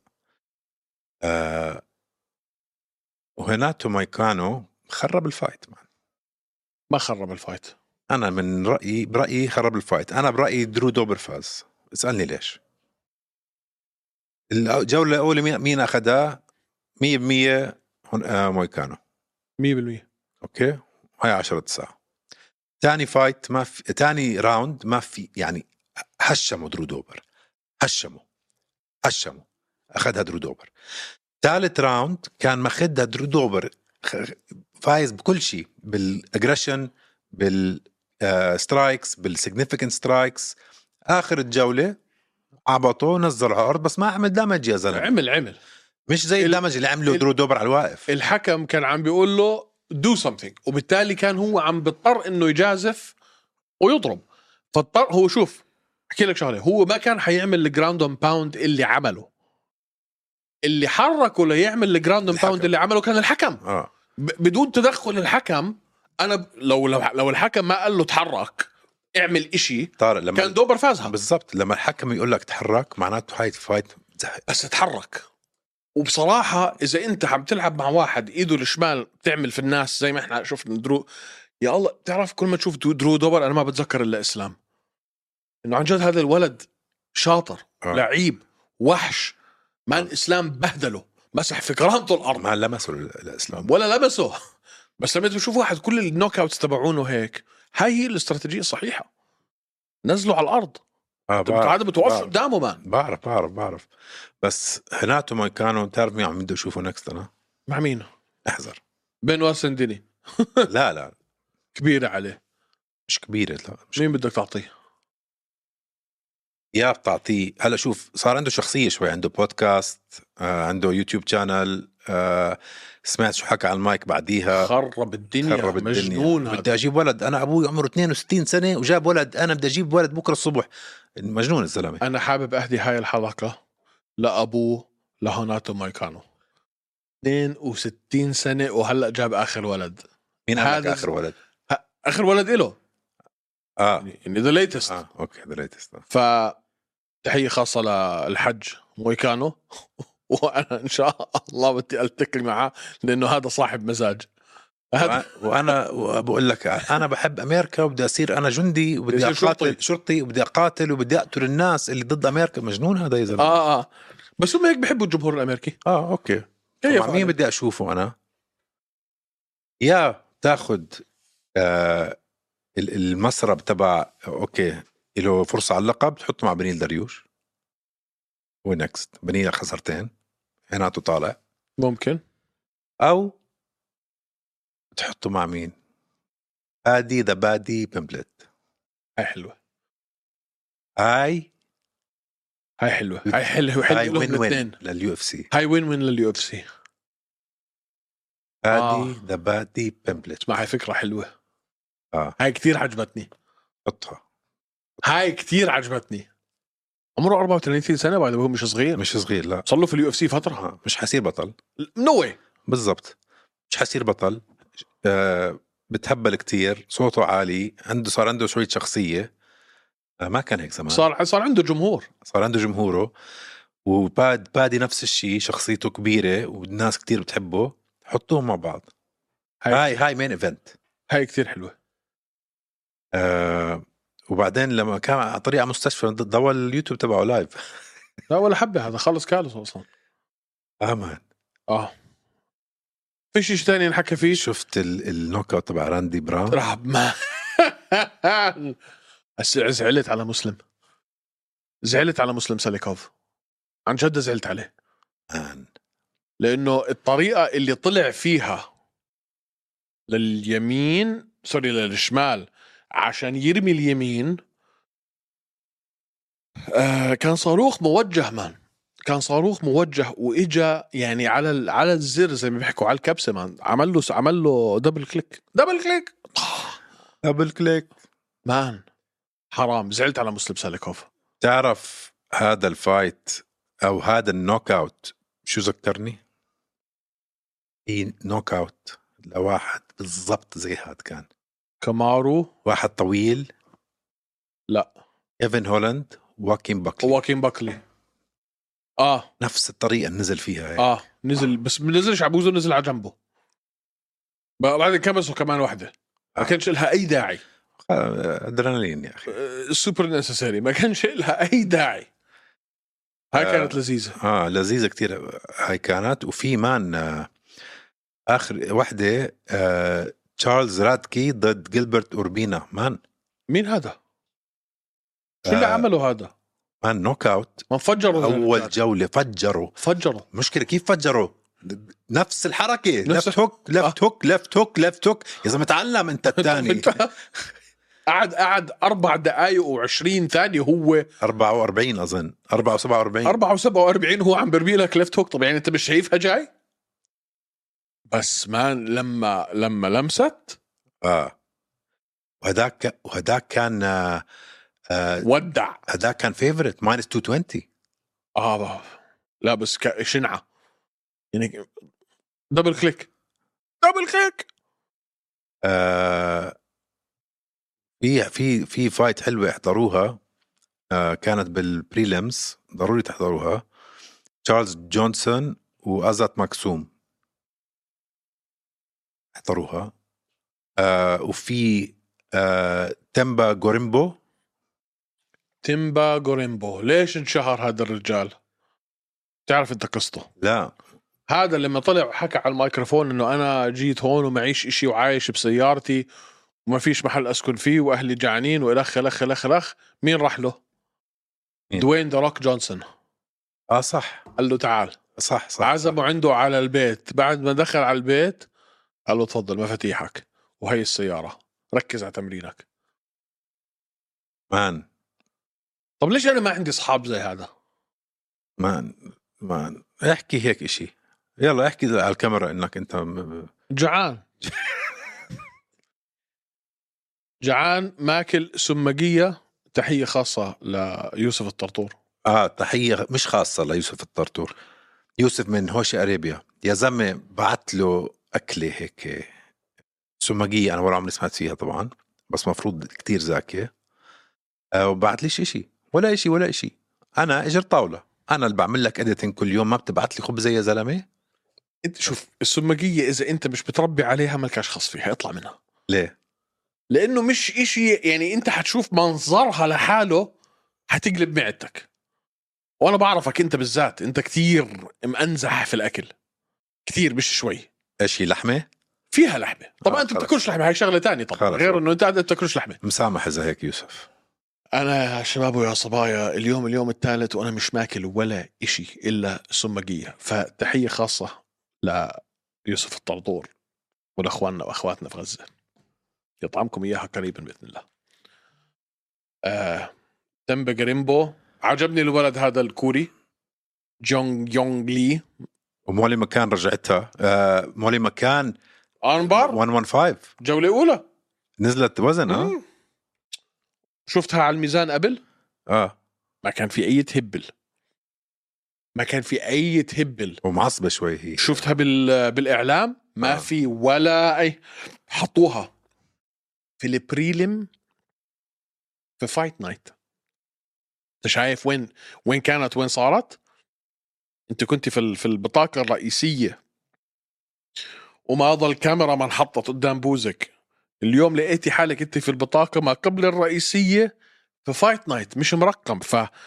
وهناتو مويكانو خرب الفايت مان. ما خرب الفايت. انا من برأيي خرب الفايت. انا برأيي درو دوبر فاز. اسألني ليش. الجولة الأولى مين أخذها 100% مويكانو 100%. أوكي، هاي 10-9. تاني فايت ما في، تاني راوند ما في، يعني هشموا درو دوبر، هشموا أخذها درو دوبر. ثالث راوند كان ماخدها درو دوبر، فايز بكل شيء، بالاجريشن، بالسترايكس، بالسيجنيفيكنت سترايكس. آخر الجولة عبطوه، نزل على الأرض، بس ما عمل دامج يا زلمة. عمل مش زي الدامج اللي عمله درو دوبر على الواقف. الحكم كان عم بيقول له do something، وبالتالي كان هو عم بيضطر انه يجازف ويضرب. فاضطر هو، شوف احكي لك شغله، هو ما كان حيعمل الجراوند اند باوند اللي عمله، اللي حركه ليعمل الجراوند اند باوند اللي عمله كان الحكم. بدون تدخل الحكم. انا لو الحكم ما قال له تحرك اعمل اشي طارق، لما كان دوبر فازها. بالضبط، لما الحكم يقول لك تحرك معناته هاي فايت بس تحرك. وبصراحة إذا أنت عم تلعب مع واحد إيده الشمال تعمل في الناس زي ما إحنا شفنا درو، يا الله تعرف كل ما تشوف درو دوبر أنا ما بتذكر إلا إسلام، إنه عن جد هذا الولد شاطر، لعيب، وحش. مان إسلام بهدله، مسح في كرامته الأرض، ما لمسه الإسلام ولا لمسه. بس لما تشوف واحد كل النوك اوتس تبعونه هيك، هاي هي الاستراتيجية الصحيحة، نزلوا على الأرض. هذا بتوقف قدامه مان. بعرف بس هناتو ما كانوا، تعرف مين عم بده يشوفوا نكست؟ أنا مع مين؟ احذر، بين واسنديني. لا كبيرة عليه. مش كبيرة، لا مش. مين بدك تعطيه؟ يا بتعطيه هلا، شوف صار عنده شخصية شوي، عنده بودكاست، عنده يوتيوب شانل، سمعت شو حكى على المايك بعديها، خرب الدنيا. مجنون. بدي أجيب ولد، أنا أبوي عمره 62 سنة وجاب ولد، أنا بدي أجيب ولد بكرة الصبح. مجنون الزلمة. أنا حابب أهدي هاي الحلقة لأبوه لهوناتو مايكانو، 62 سنة وهلأ جاب آخر ولد. مين هذا آخر ولد؟ آخر ولد إله يعني the latest. أوكي the latest. فتحية خاصة للحج مويكانو. وأنا إن شاء الله بدي ألتقي معه لأنه هذا صاحب مزاج. وأنا بقول لك أنا بحب أمريكا وبدي أصير أنا جندي وبدي أقاتل شرطي وبدي أقاتل وبدي أقتل الناس اللي ضد أمريكا. مجنون هذا يا زلمة. بس هم هيك بحبوا الجمهور الأمريكي. أوكي. مع مين بدي أشوفه أنا؟ يا تاخد المسرب تبع أوكي له فرصة على اللقب، تحطه مع بنيل دريوش ونكست. بنيل خسرتين هناته طالع ممكن، أو تحطه مع مين؟ بادي بمبلت. هاي حلوة، هاي حلوة، هاي وين لليو اف سي. هاي وين لليو اف سي. بادي بمبلت. اسمع، هاي فكرة حلوة. هاي كتير عجبتني. حطها. هاي كتير عجبتني. عمره 34 سنة بعد، هو مش صغير لا، صار له في اليو اف سي فترة. مش حيصير بطل. نوي بالضبط، مش حيصير بطل. بتهبل كتير، صوته عالي، صار عنده شوية شخصية. ما كان هيك زمان. صار عنده جمهور، صار عنده جمهوره. وبادي نفس الشيء، شخصيته كبيرة والناس كتير بتحبه. حطوهم مع بعض. هاي مين ايفنت. هاي كتير حلوة. وبعدين لما كان على طريقة مستشفى ضوى اليوتيوب تبعه لايف. لا ولا حبة، هذا خلص كالوس أصلا. مان. فيش شيء تاني نحكي فيه. شفت النوك اوت تبع راندي براون؟ رحب ما زعلت على مسلم ساليكوف، عن جد زعلت عليه. لأنه الطريقة اللي طلع فيها للشمال عشان يرمي اليمين، كان صاروخ موجه مان، كان صاروخ موجه، وإجا يعني على الزر زي ما بيحكوا على الكبسة مان. عمل له دبل كليك مان. حرام. زعلت على مسلم ساليكوف. تعرف هذا الفايت أو هذا النوك أوت شو ذكرني؟ هي نوك أوت لواحد بالضبط زي هاد كان كامارو، واحد طويل. لا، إيفن هولاند، واكين باكلي. نفس الطريقة نزل فيها هيك. نزل، بس نزلش عبوزه، نزل على جنبه. بعدين كبسه كمان واحدة. ما كانش لها أي داعي. أدرينالين يا أخي. سوبر نيسيسري، ما كانش لها أي داعي. هاي كانت لذيذة. لذيذة كتير هاي كانت. وفي مان آخر واحدة تشارلز راتكي ضد جيلبرت أوربينا. مان مين هذا؟ شو اللي عمله هذا؟ مان نوك اوت. ما فجروا أول جولة فجروا. مشكلة كيف فجروا؟ نفس الحركة، لفت هوك لفت هوك لفت هوك لفت هوك. يا زلمة تعلم انت الثاني. قعد 4 دقائق و20 ثانية هو 44 أظن 47 47 هو عم برمي لك ليفت هوك. طب يعني انت مش شايفها جاي؟ بس مان لما لمست وهداك كان ودع. هداك كان فيفورت ماينس 220. لا بس شنعة يعني. دبل كليك في فايت حلوة احضروها. كانت بالبريلمز، ضروري تحضروها. تشارلز جونسون وأزات مكسوم، احضروها. وفي تيمبا غوريمبو. ليش انشهر هذا الرجال؟ تعرف انت قصته؟ لا. هذا لما طلع وحكى على الميكروفون انه انا جيت هون ومعيش اشي وعايش بسيارتي وما فيش محل اسكن فيه واهلي جعانين والخ الخ الخ الخ. مين راح له؟ دوين ذا روك جونسون. صح. قال له تعال. صح. عزمه عنده على البيت. بعد ما دخل على البيت قال له تفضل مفاتيحك وهي السيارة، ركز على تمرينك. مان طب ليش انا ما عندي اصحاب زي هذا؟ مان احكي هيك اشي. يلا احكي على الكاميرا انك انت جعان. جعان ماكل سمقية. تحية خاصة ليوسف الطرطور. تحية مش خاصة ليوسف الطرطور. يوسف من هوش أريبيا يا زلمة، بعت له أكلة هيك سمقية، أنا ولا عمري سمعت فيها طبعا، بس مفروض كتير زاكية. وبعت ليش إشي ولا إشي. أنا إجر طاولة، أنا اللي بعمل لك إديتين كل يوم، ما بتبعت لي خبزة يا زلمة. انت شوف السمقية إذا أنت مش بتربي عليها مالكاش خص فيها، اطلع منها. ليه؟ لأنه مش إشي يعني أنت حتشوف منظرها لحاله حتقلب معدتك. وأنا بعرفك أنت بالذات، أنت كتير مأنزح في الأكل كتير، مش شوي. إيش هي لحمة؟ فيها لحمة طبعا. أنت بتاكلش لحمة، هاي شغلة تانية طبعا، غير إنه أنت بتاكلش لحمة. مسامح إذا هيك يوسف. أنا يا شباب ويا صبايا اليوم الثالث وأنا مش ماكل ولا إشي إلا سمقية. فتحية خاصة ليوسف الطرطور ولأخواننا وأخواتنا في غزة، يطعمكم إياها قريبا بإذن الله. تيمبا غوريمبو عجبني الولد هذا الكوري جونغ يونغ لي. ومولي مكان رجعتها. مولي مكان أرمبار 115 جولة أولى نزلت وزن. شفتها على الميزان قبل. ما كان في أي تهبل. ومعصبة شوي هي. شفتها بالإعلام ما في ولا أي. حطوها في البريلم في فايت نايت. انت شايف وين كانت، وين صارت؟ انت كنت في البطاقة الرئيسية وما ظل كاميرا ما انحطت قدام بوزك. اليوم لقيتي حالك انت في البطاقة ما قبل الرئيسية في فايت نايت، مش مرقم.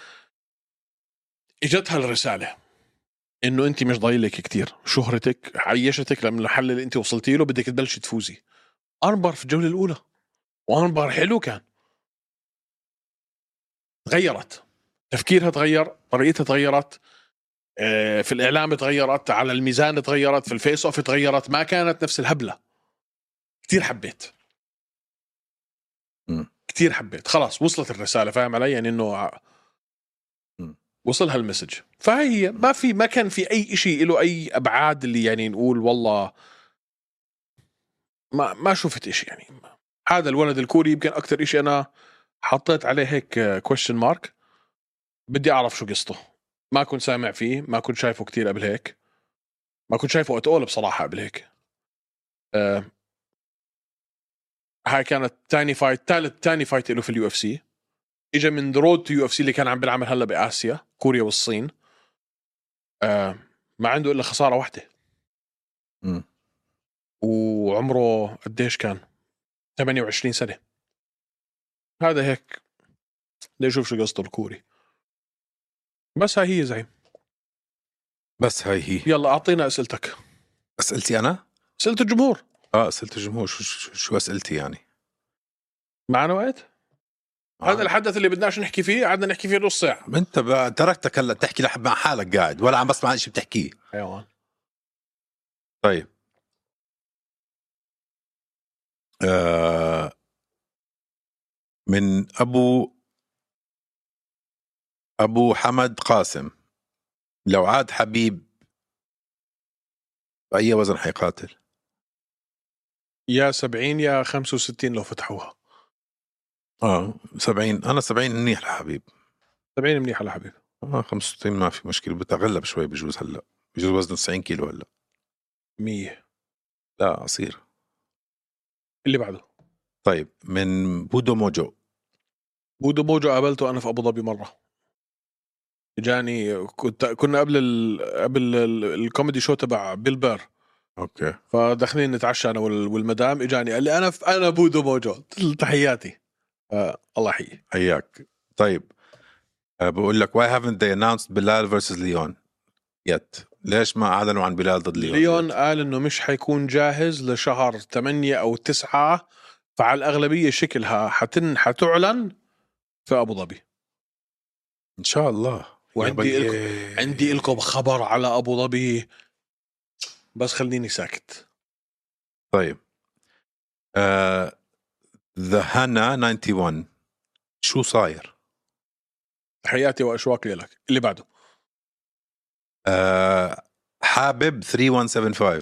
اجتها الرسالة انه انت مش ضايلك كتير، شهرتك عيشتك لما الحل اللي انت وصلتي له بدك تبلش تفوزي. أرمبر في الجولة الأولى، وأرمبر حلو كان. تغيرت تفكيرها، تغير طريقتها، تغيرت في الإعلام، تغيرت على الميزان، تغيرت في الفيس أوف، تغيرت. ما كانت نفس الهبلة. كتير حبيت كتير حبيت. خلاص وصلت الرسالة، فاهم علي؟ يعني إنه وصلها المسج. فهي ما كان في أي إشي له أي أبعاد اللي يعني نقول والله ما شفت إشي. يعني هذا الولد الكوري يمكن أكتر إشي أنا حطيت عليه هيك question mark. بدي أعرف شو قصته. ما كنت سامع فيه، ما كنت شايفه كتير قبل هيك، ما كنت شايفه أتقول بصراحة قبل هيك. هاي كانت تاني فايت له في اليو اف سي. اجى من رود تو يو اف سي اللي كان عم بيلعب هلا بآسيا، كوريا والصين. ما عنده إلا خسارة واحدة. وعمره قديش كان؟ 28 سنة. هذا هيك. بدي أشوف شو قصته الكوري. بس هاي هي زعيم. بس هاي هي. يلا أعطينا أسئلتك. أسئلتي أنا؟ أسئلة الجمهور. أسئلة الجمهور. شو أسئلتي يعني؟ معنا وقت؟ هذا الحدث اللي بدناش نحكي فيه قعدنا نحكي فيه نص ساعة. أنت تركتك هلا تحكي لحب مع حالك قاعد ولا عم بسمع شيء بتحكيه. حيوان. طيب من أبو حمد قاسم، لو عاد حبيب بأي وزن حيقاتل؟ يا 70 يا 65 لو فتحوها. 70. أنا 70 منيح لحبيب. 70 منيحة لحبيب. 65 ما في مشكلة، بتغلب شوي بجوز. هلا بجوز وزنه 90 كيلو هلا. 100. لا أصير. اللي بعده. طيب من بودو موجو. بودو موجو قابلته أنا في أبو ظبي مرة. جاني كنا قبل الكوميدي شو تبع بيل بير. اوكي. فدخلين نتعشى انا والمدام. اجاني قال لي انا بودو موجو. تحياتي. الله يحيي. حياك. طيب بقول لك why haven't they announced بلال versus ليون yet؟ ليش ما اعلنوا عن بلال ضد ليون؟ ليون قال انه مش حيكون جاهز لشهر 8 أو 9. فعلى الأغلبية شكلها حتعلن في أبو ظبي ان شاء الله. عندي لكم خبر على أبو ظبي بس خليني ساكت. طيب ذا هانا 91 شو صاير؟ تحياتي وأشواقي لك. اللي بعده. حابب 3175.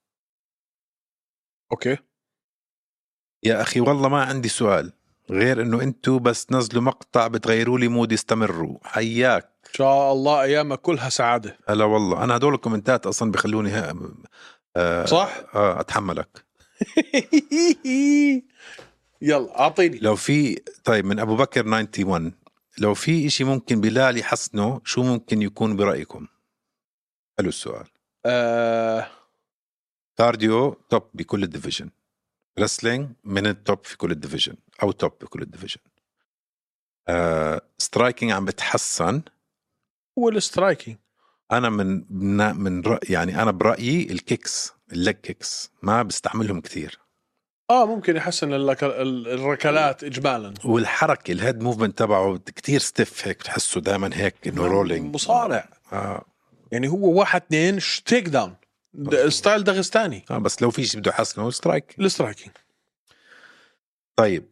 اوكي يا اخي والله ما عندي سؤال غير انه انتوا بس نزلوا مقطع بتغيروا لي مود استمروا. حياك ان شاء الله ايامك كلها سعاده. هلا والله انا هدول الكومنتات اصلا بخلوني صح اتحملك. يلا اعطيني. لو في طيب من ابو بكر 91 لو في اشي ممكن بلال يحسنه شو ممكن يكون برايكم؟ حلو السؤال. كارديو توب بكل الديفيجن، رسلينج من التوب في كل الديفيجن او توب بكل الديفيجن. سترايكينج عم بتحسن. والسترايكينج انا من رأي يعني انا برايي الكيكس الليج كيكس ما بستعملهم كثير. ممكن يحسن الركلات اجمالا. والحركه الهيد موفمنت تبعه كثير ستيف هيك بتحسه دائما هيك انه رولينج مصارع. يعني هو 1-2 تيك داون ستايل داغستاني. بس لو في شيء بده يحسنه السترايكينج. طيب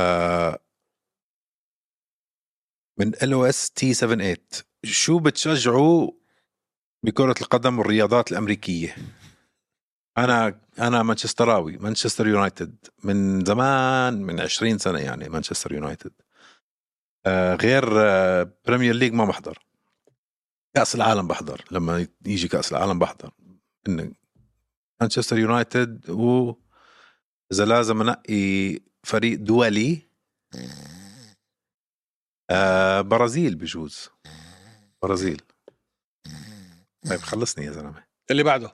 من LOS T78 شو بتشجعوا بكرة القدم والرياضات الأمريكية؟ أنا مانشستراوي، مانشستر يونايتد من زمان، من 20 سنة يعني مانشستر يونايتد. غير بريمير ليج ما بحضر. كأس العالم بحضر، لما يجي كأس العالم بحضر. إن مانشستر يونايتد، وإذا لازم أنقي فريق دولي برازيل بجوز. برازيل. طيب خلصني يا زلمة. اللي بعده.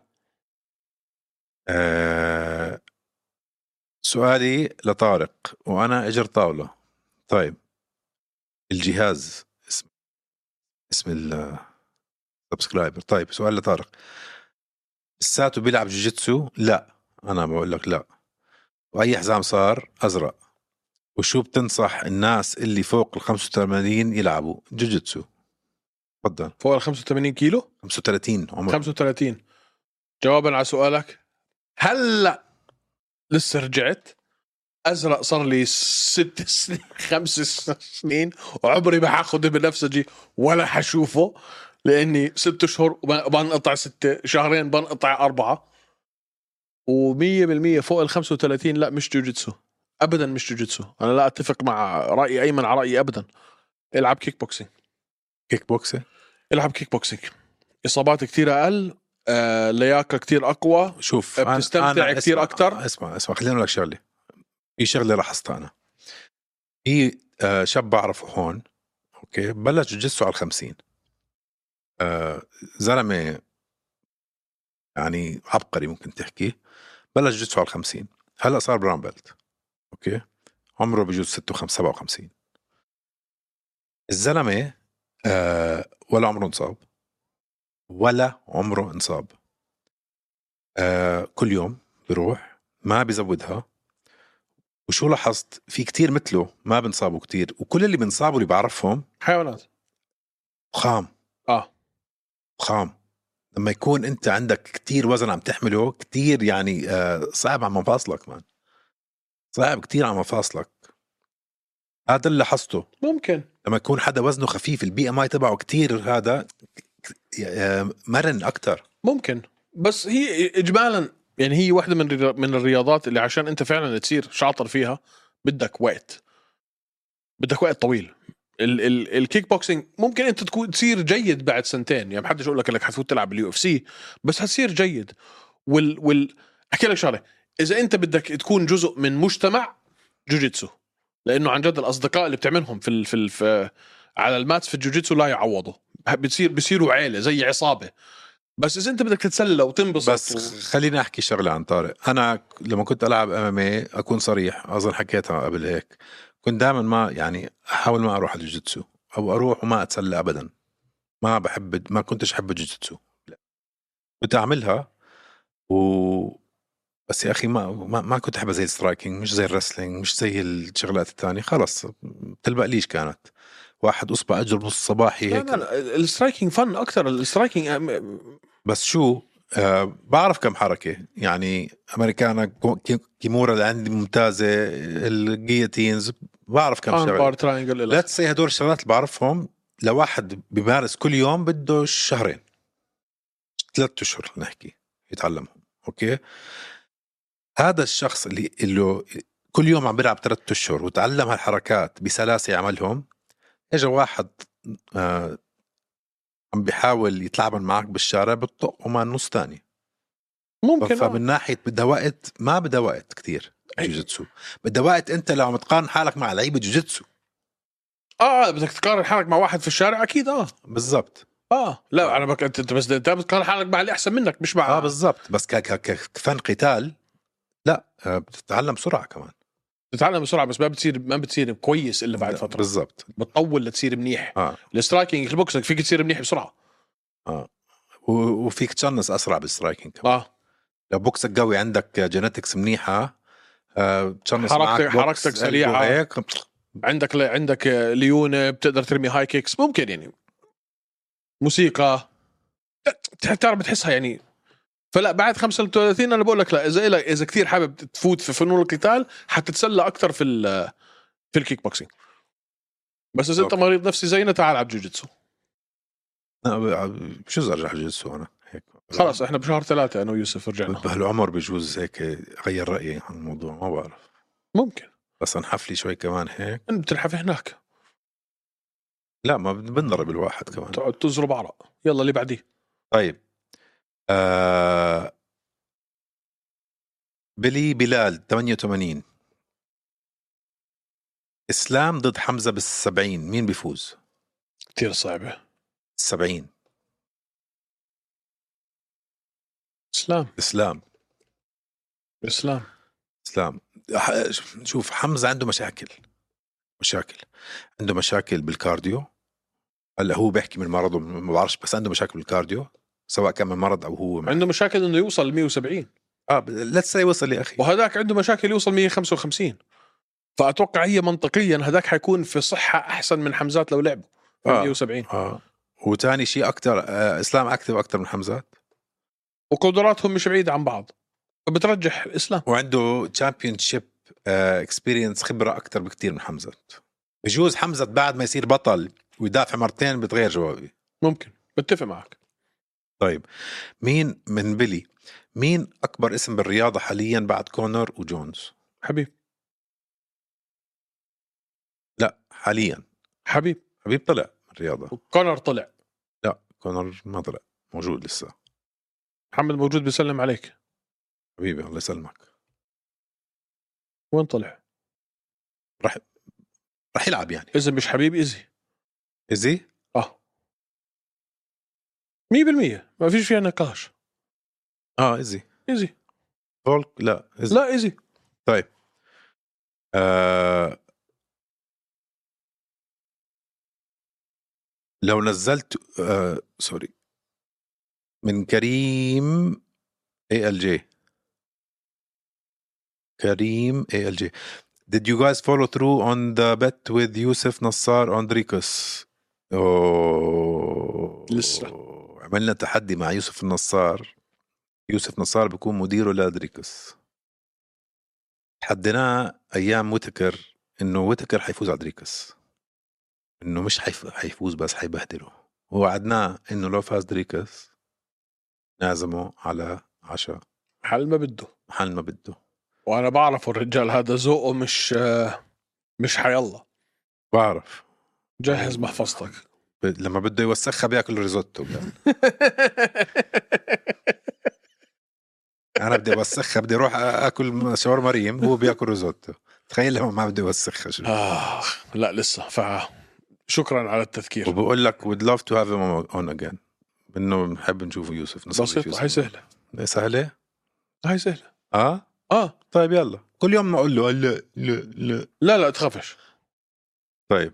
سؤالي لطارق وأنا أجر طاولة. طيب الجهاز اسم السبسكرايبر. طيب سؤال لطارق، الساتو بيلعب جوجيتسو؟ لا أنا بقول لك لا. وأي حزام صار أزرق؟ وشو بتنصح الناس اللي فوق 85 يلعبوا جوجيتسو؟ تفضل. فوق 85 كيلو 35 عمر 35. جوابا على سؤالك، هلا لسه رجعت ازرق صار لي 6 سنين 5 سنين وعمري ما حاخذ بنفسجي ولا حشوفه لاني 6 شهور وبنقطع 6 شهرين بنقطع 4. و100% فوق 35 لا مش جوجيتسو ابدا، مش جوجيتسو. انا لا اتفق مع راي ايمن على رايي ابدا. العب كيك بوكسينج. كيك بوكسينج. العب كيك بوكسينج، اصابات كتير اقل، لياقه كتير اقوى. شوف بتستمتع كتير اكتر. اسمع خليني اقول لك شغله. في شغله لاحظتها انا. في شاب بعرفه هون اوكي بلش جوجيتسو على 50. زلمه يعني عبقري ممكن تحكي. بلش جوجيتسو على 50، هلا صار براون بيلت اوكي، عمره بجوز 56 57. الزلمه ولا عمره انصاب، ولا عمره انصاب. كل يوم بيروح ما بيزودها. وشو لاحظت؟ في كتير مثله ما بنصابوا كتير، وكل اللي بنصابوا اللي بعرفهم حيوانات. خام. خام. لما يكون انت عندك كتير وزن عم تحمله كتير، يعني صعب على مفاصلك مان، صعب كتير على مفاصلك. هذا اللي لاحظته. ممكن لما يكون حدا وزنه خفيف البي ام اي تبعه كتير، هذا مرن اكتر. ممكن. بس هي اجمالا يعني هي واحده من الرياضات اللي عشان انت فعلا تصير شاطر فيها بدك وقت طويل. الكيك بوكسينج ممكن انت تكون تصير جيد بعد سنتين، يعني محدش يقول لك انك حتفوت تلعب باليو اف سي، بس حتصير جيد. احكي لك شغله، اذا انت بدك تكون جزء من مجتمع جوجيتسو، لانه عن جد الاصدقاء اللي بتعملهم في على الماتس في الجوجيتسو لا يعوضوا، بيصيروا عيله زي عصابه. بس اذا انت بدك تتسلى وتنبسط بس خليني احكي شغله عن طارق. انا لما كنت العب ام ام اكون صريح، اظن حكيتها قبل هيك، كنت دائما ما يعني احاول ما اروح على الجوجيتسو، او اروح وما اتسلى ابدا. ما كنتش احب الجوجيتسو، كنت اعملها بس يا اخي ما كنت احبها زي السترايكينج، مش زي الرسلينج، مش زي الشغلات الثانيه. خلص بتلبق ليش كانت واحد اصبع اجر نص صباحي لا هيك. لا لا، السترايكينج فن اكثر. السترايكينج بس شو بعرف كم حركه، يعني امريكانا كيمورا اللي عندي ممتازه، الجيتينز بعرف كم ارم شغله. بار تراينجل لا تسي هدول الشغلات اللي بعرفهم لواحد بيمارس كل يوم بده شهرين 3 اشهر نحكي يتعلمهم. اوكي، هذا الشخص اللي كل يوم عم بيلعب 3 اشهر وتعلم هالحركات بسلاسه يعملهم، اجى واحد عم بيحاول يتلعبن معك بالشارع بتطق وما نص تاني. ممكن. فمن ناحيه بدها وقت، ما بدها وقت كتير جوجيتسو، بدها وقت. انت لو عم تقارن حالك مع لعيبه جوجيتسو بدك تقارن حالك مع واحد في الشارع اكيد. بالضبط. لا انا انت بس انت بتقارن حالك مع اللي احسن منك مش مع بالضبط. بس كفن قتال لا، بتتعلم بسرعه كمان. تتعلم بسرعه، بس ما بتصير كويس الا بعد فتره. بالضبط. بتطول لتصير منيح. اه السترايكينج البوكسنج فيك تصير منيح بسرعه. وفيك تشنس اسرع بالسترايكينج كمان. لو بوكسك قوي عندك جينيتكس منيحه، تشنس معك حركتك سريعه هيك. عندك ليونه بتقدر ترمي هاي كيكس. ممكن يعني موسيقى تعرف بتحسها يعني. فلا بعد 35 انا بقول لك لا، اذا كثير حابب تفوت في فنون القتال حتتسلى اكثر في الكيك بوكسينج. بس اذا انت مريض نفسي زينا تعال على جوجيتسو. بجوز ارجع جوجيتسو انا هيك. خلاص احنا بشهر 3 انا ويوسف رجعنا. بهالعمر بجوز هيك غير رايي عن الموضوع، ما بعرف. ممكن بس انحف لي شوي كمان هيك. انت بتنحف هناك. لا ما بنضرب الواحد كمان، تقعد تزرب عرق. يلا اللي بعديه. طيب بلال 88. اسلام ضد حمزه بال70، مين بيفوز؟ كثير صعبه. 70. اسلام. شوف حمزه عنده مشاكل، عنده مشاكل بالكارديو. هلا هو بيحكي من مرضه ما بعرفش، بس عنده مشاكل بالكارديو سواء كان من مرض او هو عنده مشاكل انه يوصل ل 170. لا تسي وصل يا اخي. وهذاك عنده مشاكل يوصل 155. فاتوقع هي منطقيا هذاك حيكون في صحه احسن من حمزات لو لعبوا في 170. وثاني شيء اكثر اسلام اكتف اكثر من حمزات، وقدراتهم مش بعيده عن بعض، فبترجح اسلام. وعنده تشامبيون شيب اكسبيرينس، خبره اكثر بكتير من حمزات. بجوز حمزه بعد ما يصير بطل ويدافع مرتين بتغير جوابي. ممكن، بتفق معك. طيب مين من بيلي، مين اكبر اسم بالرياضه حاليا بعد كونر وجونز؟ حبيب. لا حاليا حبيب طلع من الرياضه. وكونر طلع. لا كونر ما طلع، موجود لسه. محمد موجود بيسلم عليك حبيبي الله يسلمك. وين طلع؟ رح يلعب يعني. إذا مش حبيب إزي 100% ما فيش فيها نقاش. إزي فولك. لا إزي. طيب لو نزلت سوري من كريم ALJ كريم ALJ did you guys follow through on the bet with يوسف نصار on دريكوس؟ لسه عملنا تحدي مع يوسف النصار. يوسف نصار بيكون مديره لدريكوس. تحديناه ايام ويتكر انه ويتكر حيفوز على دريكوس، انه مش حيفوز بس حيبهدله. ووعدناه انه لو فاز دريكوس نعزمه على عشاء حل ما بده. وانا بعرف الرجال هذا ذوقه مش حيالله. بعرف. جهز محفظتك. لما بده يوسخها بياكل ريزوتو. انا بدي اوسخها، بدي اروح اكل شاورما ريم، هو بياكل ريزوتو. تخيل لما ما بدي اوسخها شو. لا لسه. شكرا على التذكير. وبقول لك would love to have him on again، انه بنحب نشوفه يوسف. بسيطة. هاي سهلة. هاي سهلة. طيب يلا كل يوم نقول له لا تخافش. طيب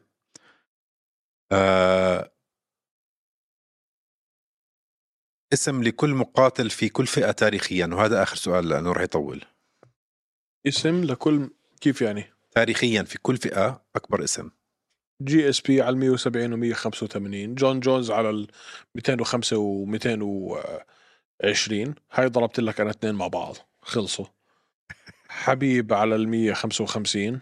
اسم لكل مقاتل في كل فئة تاريخيا، وهذا آخر سؤال لأنه رح يطول. اسم لكل كيف يعني؟ تاريخيا في كل فئة أكبر اسم. GSP على 170 و 185، جون جونز على 205 و 220. هاي ضربت لك أنا 2 مع بعض خلصوا. حبيب على 155.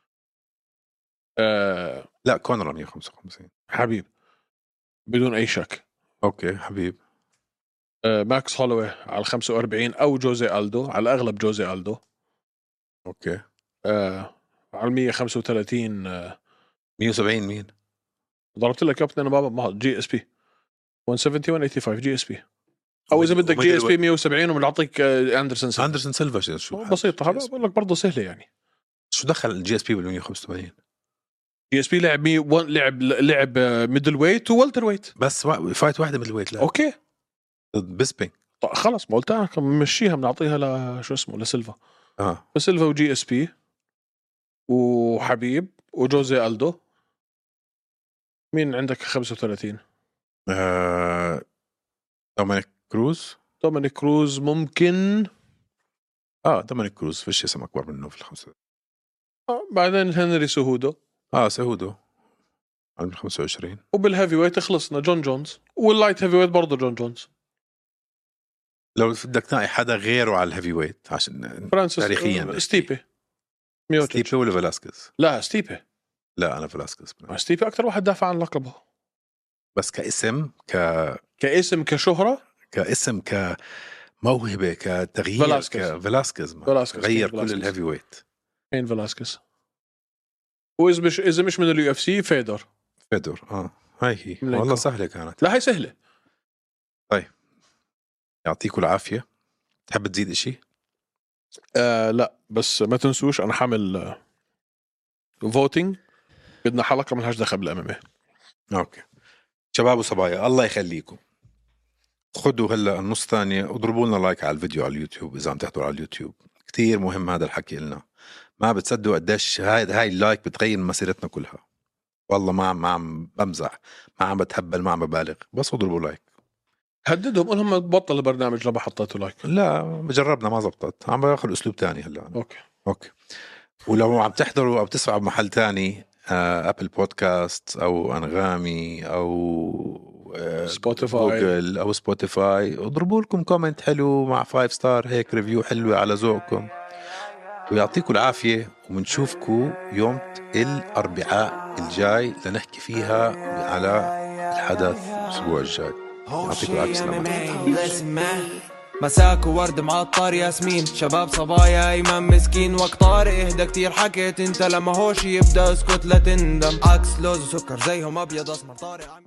لا كونر 155. حبيب بدون أي شك. أوكي حبيب. ماكس هولوي على 45 أو جوزي ألدو، على الأغلب جوزي ألدو. أوكي. على 135 170 مين؟ ضربت لك اثنين مع بعض. GSP 170 185 GSP، او اذا بدك GSP 170 وبنعطيك اندرسون سيلفا. شو بسيطه. هذا بقول لك برضه سهله يعني. شو دخل GSP بال 185؟ GSP لعب ميدل ويت وولتر ويت، بس فايت واحده ميدل ويت. لا اوكي ضد بيسبينج. خلص ما قلت لك بنمشيها، بنعطيها لشو اسمه لسيلفا. فسيلفا وGSP وحبيب وجوزي ألدو. مين عندك 35؟ دومينيك كروز ممكن. دومينيك كروز فيش اسم أكبر منه في الخمسة. بعدين هنري سهودو. سهودو على 25. وبالهيفي ويت خلصنا جون جونز، واللايت هيفي ويت برضه جون جونز. لو بدك تلاقي حدا غيره على الهيفي ويت عشان تاريخيا ستيبي ولا فلاسكيز؟ لا ستيبي. لا أنا فلاسكيز. ستيبي أكتر واحد دافع عن لقبه، بس كاسم كاسم كشهرة، كاسم كموهبة كتغيير. فلاسكيز غير كل الهيفي ويت. مين فلاسكيز؟ وإذا مش من UFC فيدور. هاي هي والله سهلة كانت. لا هاي سهلة. طيب يعطيكم العافية. تحب تزيد إشي؟ لا بس ما تنسوش أنا حامل فوتينج، بدنا حلقة ملهاش دخل بالأمامي. أوكي شباب وصبايا الله يخليكم، خدوا هلا النص ثانية اضربوا لنا لايك على الفيديو على اليوتيوب إذا عم تحضروا على اليوتيوب. كتير مهم هذا الحكي لنا، ما بتصدقوا قديش هاي اللايك بتغير مسيرتنا كلها. والله ما عم بمزح، ما عم بتهبل، ما عم ببالغ، بس اضربوا لايك. هددهم قول لهم بطل البرنامج لما حطيته لايك. لا جربنا ما زبطت، عم باخذ اسلوب تاني هلا. اوكي ولو عم تحضروا او بتسمعوا بمحل تاني ابل بودكاست او انغامي او سبوتيفاي جوجل او سبوتيفاي، اضربوا لكم كومنت حلو مع 5 ستار هيك ريفيو حلوة على ذوقكم، ويعطيكم العافية. ومنشوفكم يوم الأربعاء الجاي لنحكي فيها على الحدث الأسبوع الجاي. يعطيكم العافية. سلامات. مساك وورد معطر ياسمين، شباب صبايا ايمن مسكين، وقت طارق اهدى كتير حكيت انت، لما هوش يبدا اسكت لا تندم، عكس لوز وسكر زيهم ابيض اسمر طارق.